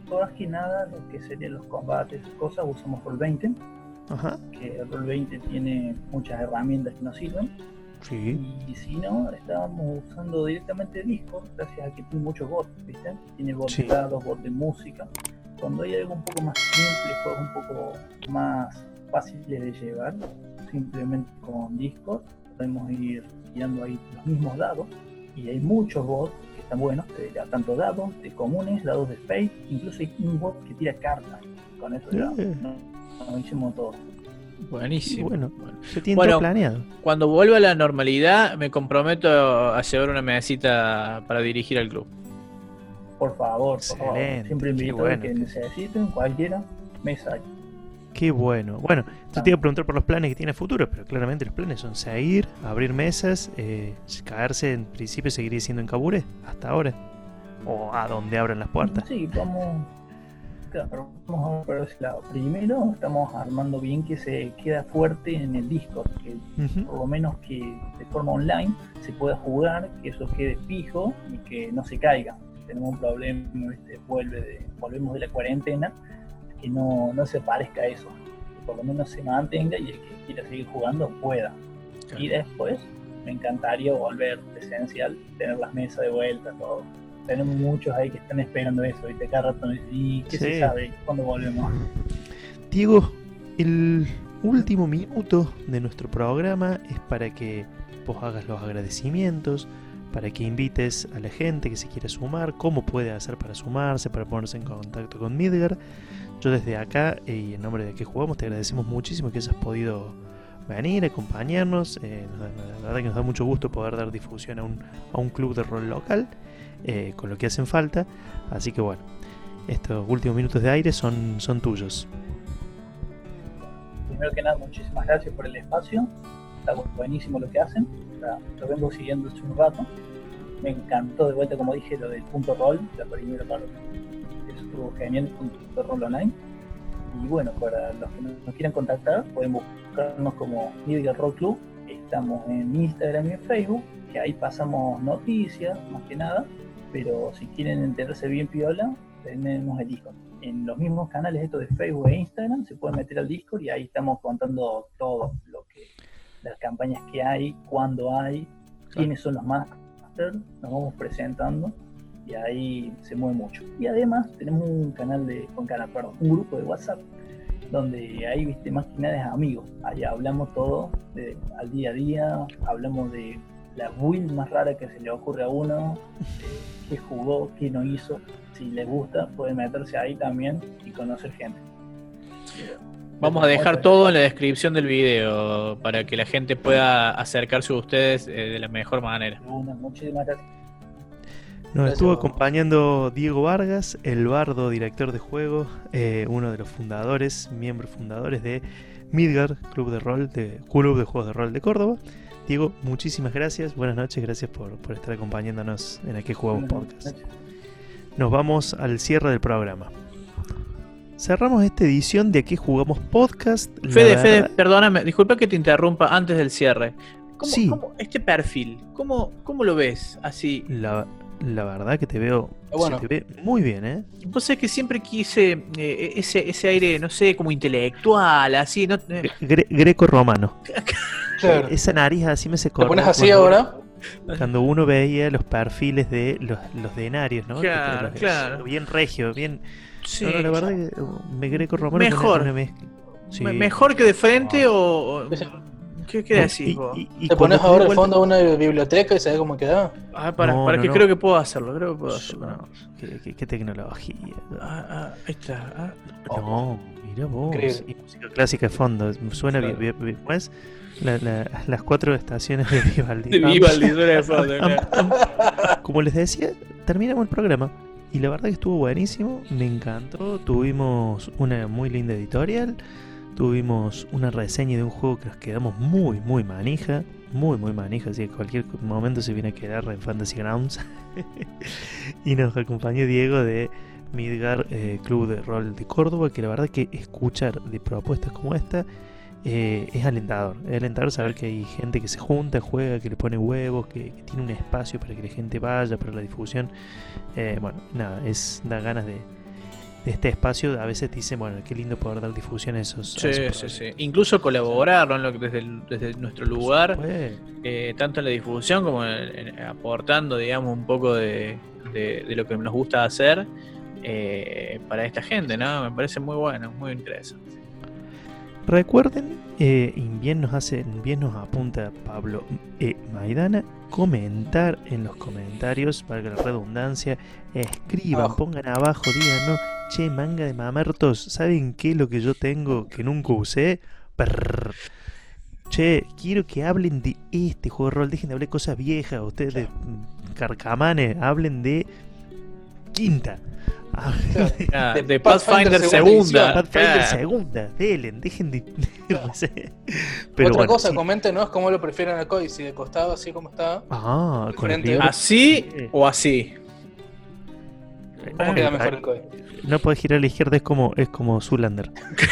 más que nada lo que serían los combates, cosas, usamos Roll veinte, Ajá. que Roll veinte tiene muchas herramientas que nos sirven. Sí. Y si no, estábamos usando directamente Discord, gracias a que tiene muchos bots, ¿viste? Tiene bots Sí. de dados, bots de música. Cuando hay algo un poco más simple, juegos un poco más fáciles de llevar, simplemente con Discord podemos ir tirando ahí los mismos dados. Y hay muchos bots que están buenos, de, tanto dados de comunes, dados de Fate, incluso hay un bot que tira cartas. Con eso ya Eh. no, no hicimos todo. Buenísimo. Bueno, Bueno. se tiene Bueno, todo planeado. Cuando vuelva a la normalidad, me comprometo a llevar una mesita para dirigir al club. Por favor, por favor. Excelente, Siempre qué invito bueno. a que necesiten, cualquiera, mesa hay. Qué bueno. Bueno, yo te iba a preguntar por los planes que tiene a futuro, pero claramente los planes son seguir, abrir mesas, eh, caerse en principio seguiría siendo en Kabure hasta ahora. O a donde abran las puertas. Sí, vamos, claro, vamos a ver ese lado. Primero estamos armando bien que se queda fuerte en el Discord, que Ujú. por lo menos que de forma online se pueda jugar, que eso quede fijo y que no se caiga. Si tenemos un problema, ¿viste? Vuelve de, volvemos de la cuarentena, que no, no se parezca a eso, que por lo menos se mantenga y el que quiera seguir jugando pueda. Y después me encantaría volver presencial, tener las mesas de vuelta, todo. Tenemos muchos ahí que están esperando eso, ¿viste? Cada rato nos dicen, ¿y qué Sí. se sabe? ¿Cuándo volvemos? Diego, el último minuto de nuestro programa es para que vos hagas los agradecimientos, para que invites a la gente que se quiera sumar, cómo puede hacer para sumarse, para ponerse en contacto con Midgar. Yo desde acá y en nombre de Que Jugamos te agradecemos muchísimo que hayas podido venir, acompañarnos. Eh, nos da- la verdad que nos da mucho gusto poder dar difusión a un, a un club de rol local, eh, con lo que hacen falta. Así que bueno, estos últimos minutos de aire son, son tuyos. Primero que nada, muchísimas gracias por el espacio. Está buenísimo lo que hacen. Está- lo vengo siguiendo hace un rato. Me encantó de vuelta, como dije, lo del punto rol, la primera parte. Estuvo genial el punto rol online. Y bueno, para los que nos quieran contactar, pueden buscarnos como Midgar Roll Club. Estamos en Instagram y en Facebook, que ahí pasamos noticias, más que nada. Pero si quieren enterarse bien piola, tenemos el Discord. En los mismos canales estos de Facebook e Instagram se pueden meter al Discord y ahí estamos contando todo lo que las campañas que hay, cuándo hay, quiénes son los masters, nos vamos presentando y ahí se mueve mucho. Y además tenemos un canal de, un canal, perdón, un grupo de WhatsApp donde ahí, viste, más que nada es amigos. Ahí hablamos todo de, al día a día, hablamos de la build más rara que se le ocurre a uno, de qué jugó, qué no hizo. Si les gusta, pueden meterse ahí también y conocer gente. Vamos a dejar todo en la descripción del video para que la gente pueda acercarse a ustedes eh, de la mejor manera. Una, muchísimas gracias. Nos Gracias, estuvo Bobo. acompañando Diego Vargas, el bardo, director de juego, eh, uno de los fundadores, miembros fundadores de Midgar, Club de Rol, de Club de Juegos de Rol de Córdoba. Diego, muchísimas gracias, buenas noches, gracias por, por estar acompañándonos en Aquí Jugamos Podcast. Nos vamos al cierre del programa. Cerramos esta edición de Aquí Jugamos Podcast. La Fede, verdad- Fede, perdóname, disculpa que te interrumpa antes del cierre. ¿Cómo, Sí. cómo- este perfil, ¿cómo, cómo lo ves así? La, la verdad que te veo, Bueno. se te ve muy bien, ¿eh? Vos sabés que siempre quise eh, ese, ese aire, no sé, como intelectual, así, ¿no? Eh, Gre- greco-romano. Claro. Esa nariz así me se ¿Te corta. pones así ahora? Cuando uno veía los perfiles de los, los denarios, ¿no? Claro, Los- claro. Bien regio, bien. sí. No, no, la verdad que uh, me greco-romano. Mejor. Una, una mezcla. Sí. Me- ¿Mejor que de frente o...? o- ¿Qué, qué decís Y- vos? y- y Te cuando pones te ahora doy al vuelta- fondo de una biblioteca y sabes cómo queda. Ah, para, No, para no, que no. creo que puedo hacerlo, creo que puedo hacerlo. No, qué, qué- qué tecnología. Ah, ah, ahí está. ah. No, mira vos. Increíble. Y música clásica de fondo. Suena Claro. bien, bien, ¿cómo es? La- la- las cuatro estaciones de Vivaldi. De Vivaldi, suena de fondo, claro. Como les decía, terminamos el programa y la verdad que estuvo buenísimo, me encantó. Tuvimos una muy linda editorial, tuvimos una reseña de un juego que nos quedamos muy, muy manija, muy, muy manija, así que cualquier momento se viene a quedar en Fantasy Grounds. Y nos acompañó Diego de Midgar, eh, Club de Rol de Córdoba, que la verdad que escuchar de propuestas como esta eh, es alentador. Es alentador saber que hay gente que se junta, juega, que le pone huevos, que, que tiene un espacio para que la gente vaya, para la difusión. Eh, bueno, nada, es da ganas de, este espacio a veces te dicen, bueno, qué lindo poder dar difusión a esos. Sí, a esos sí, sí. proyectos. Incluso colaborar, ¿no? En lo que- desde, el- desde nuestro lugar, Pues, eh, tanto en la difusión como en- en- aportando, digamos, un poco de, de- de lo que nos gusta hacer eh, para esta gente, ¿no? Me parece muy bueno, muy interesante. recuerden, eh, y bien nos hace, bien nos apunta Pablo eh, Maidana, comentar en los comentarios, para que la redundancia, escriban, Abajo. pongan abajo, digan, no, che, manga de mamertos, ¿saben qué es lo que yo tengo que nunca usé? Prrr. Che, quiero que hablen de este juego de rol, dejen de hablar de cosas viejas, ustedes de mm, carcamanes, hablen de Quinta. Hablen de Ah, De de Pathfinder Pathfinder segunda. segunda Pathfinder Ah, segunda, delen, dejen de... no sé. Otra bueno, cosa, sí. coméntenos cómo lo prefieren al COI, si de costado así como está. Ah, con el Diferente. libro. ¿así o así? ¿Cómo Ah, queda ah, mejor el COI? No puedes girar a la izquierda, es como, es como Zoolander.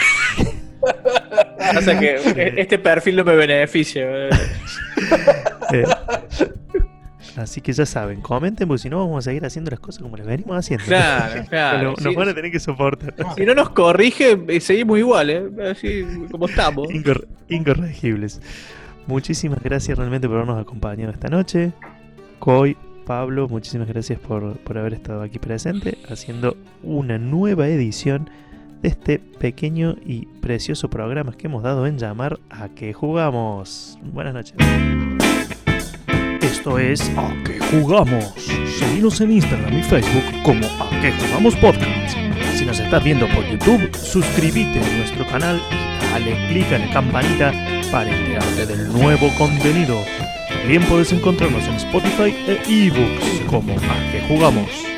Pasa que eh, este perfil no me beneficia. eh. Eh, Así que ya saben, comenten, porque si no vamos a seguir haciendo las cosas como las venimos haciendo. Claro, claro. Nos, nos Si- van a tener que soportar. Si no nos corrige, eh, seguimos igual, ¿eh? Así como estamos. Incor- incorregibles. Muchísimas gracias realmente por habernos acompañado esta noche. Coy, Pablo, muchísimas gracias por, por haber estado aquí presente, haciendo una nueva edición de este pequeño y precioso programa que hemos dado en llamar ¿A qué jugamos? Buenas noches. Esto es ¿A qué jugamos? Seguinos en Instagram y Facebook como ¿A qué jugamos podcast? Si nos estás viendo por YouTube, suscríbete a nuestro canal y dale clic a la campanita para enterarte del nuevo contenido. También puedes encontrarnos en Spotify e eBooks como ¿A qué jugamos?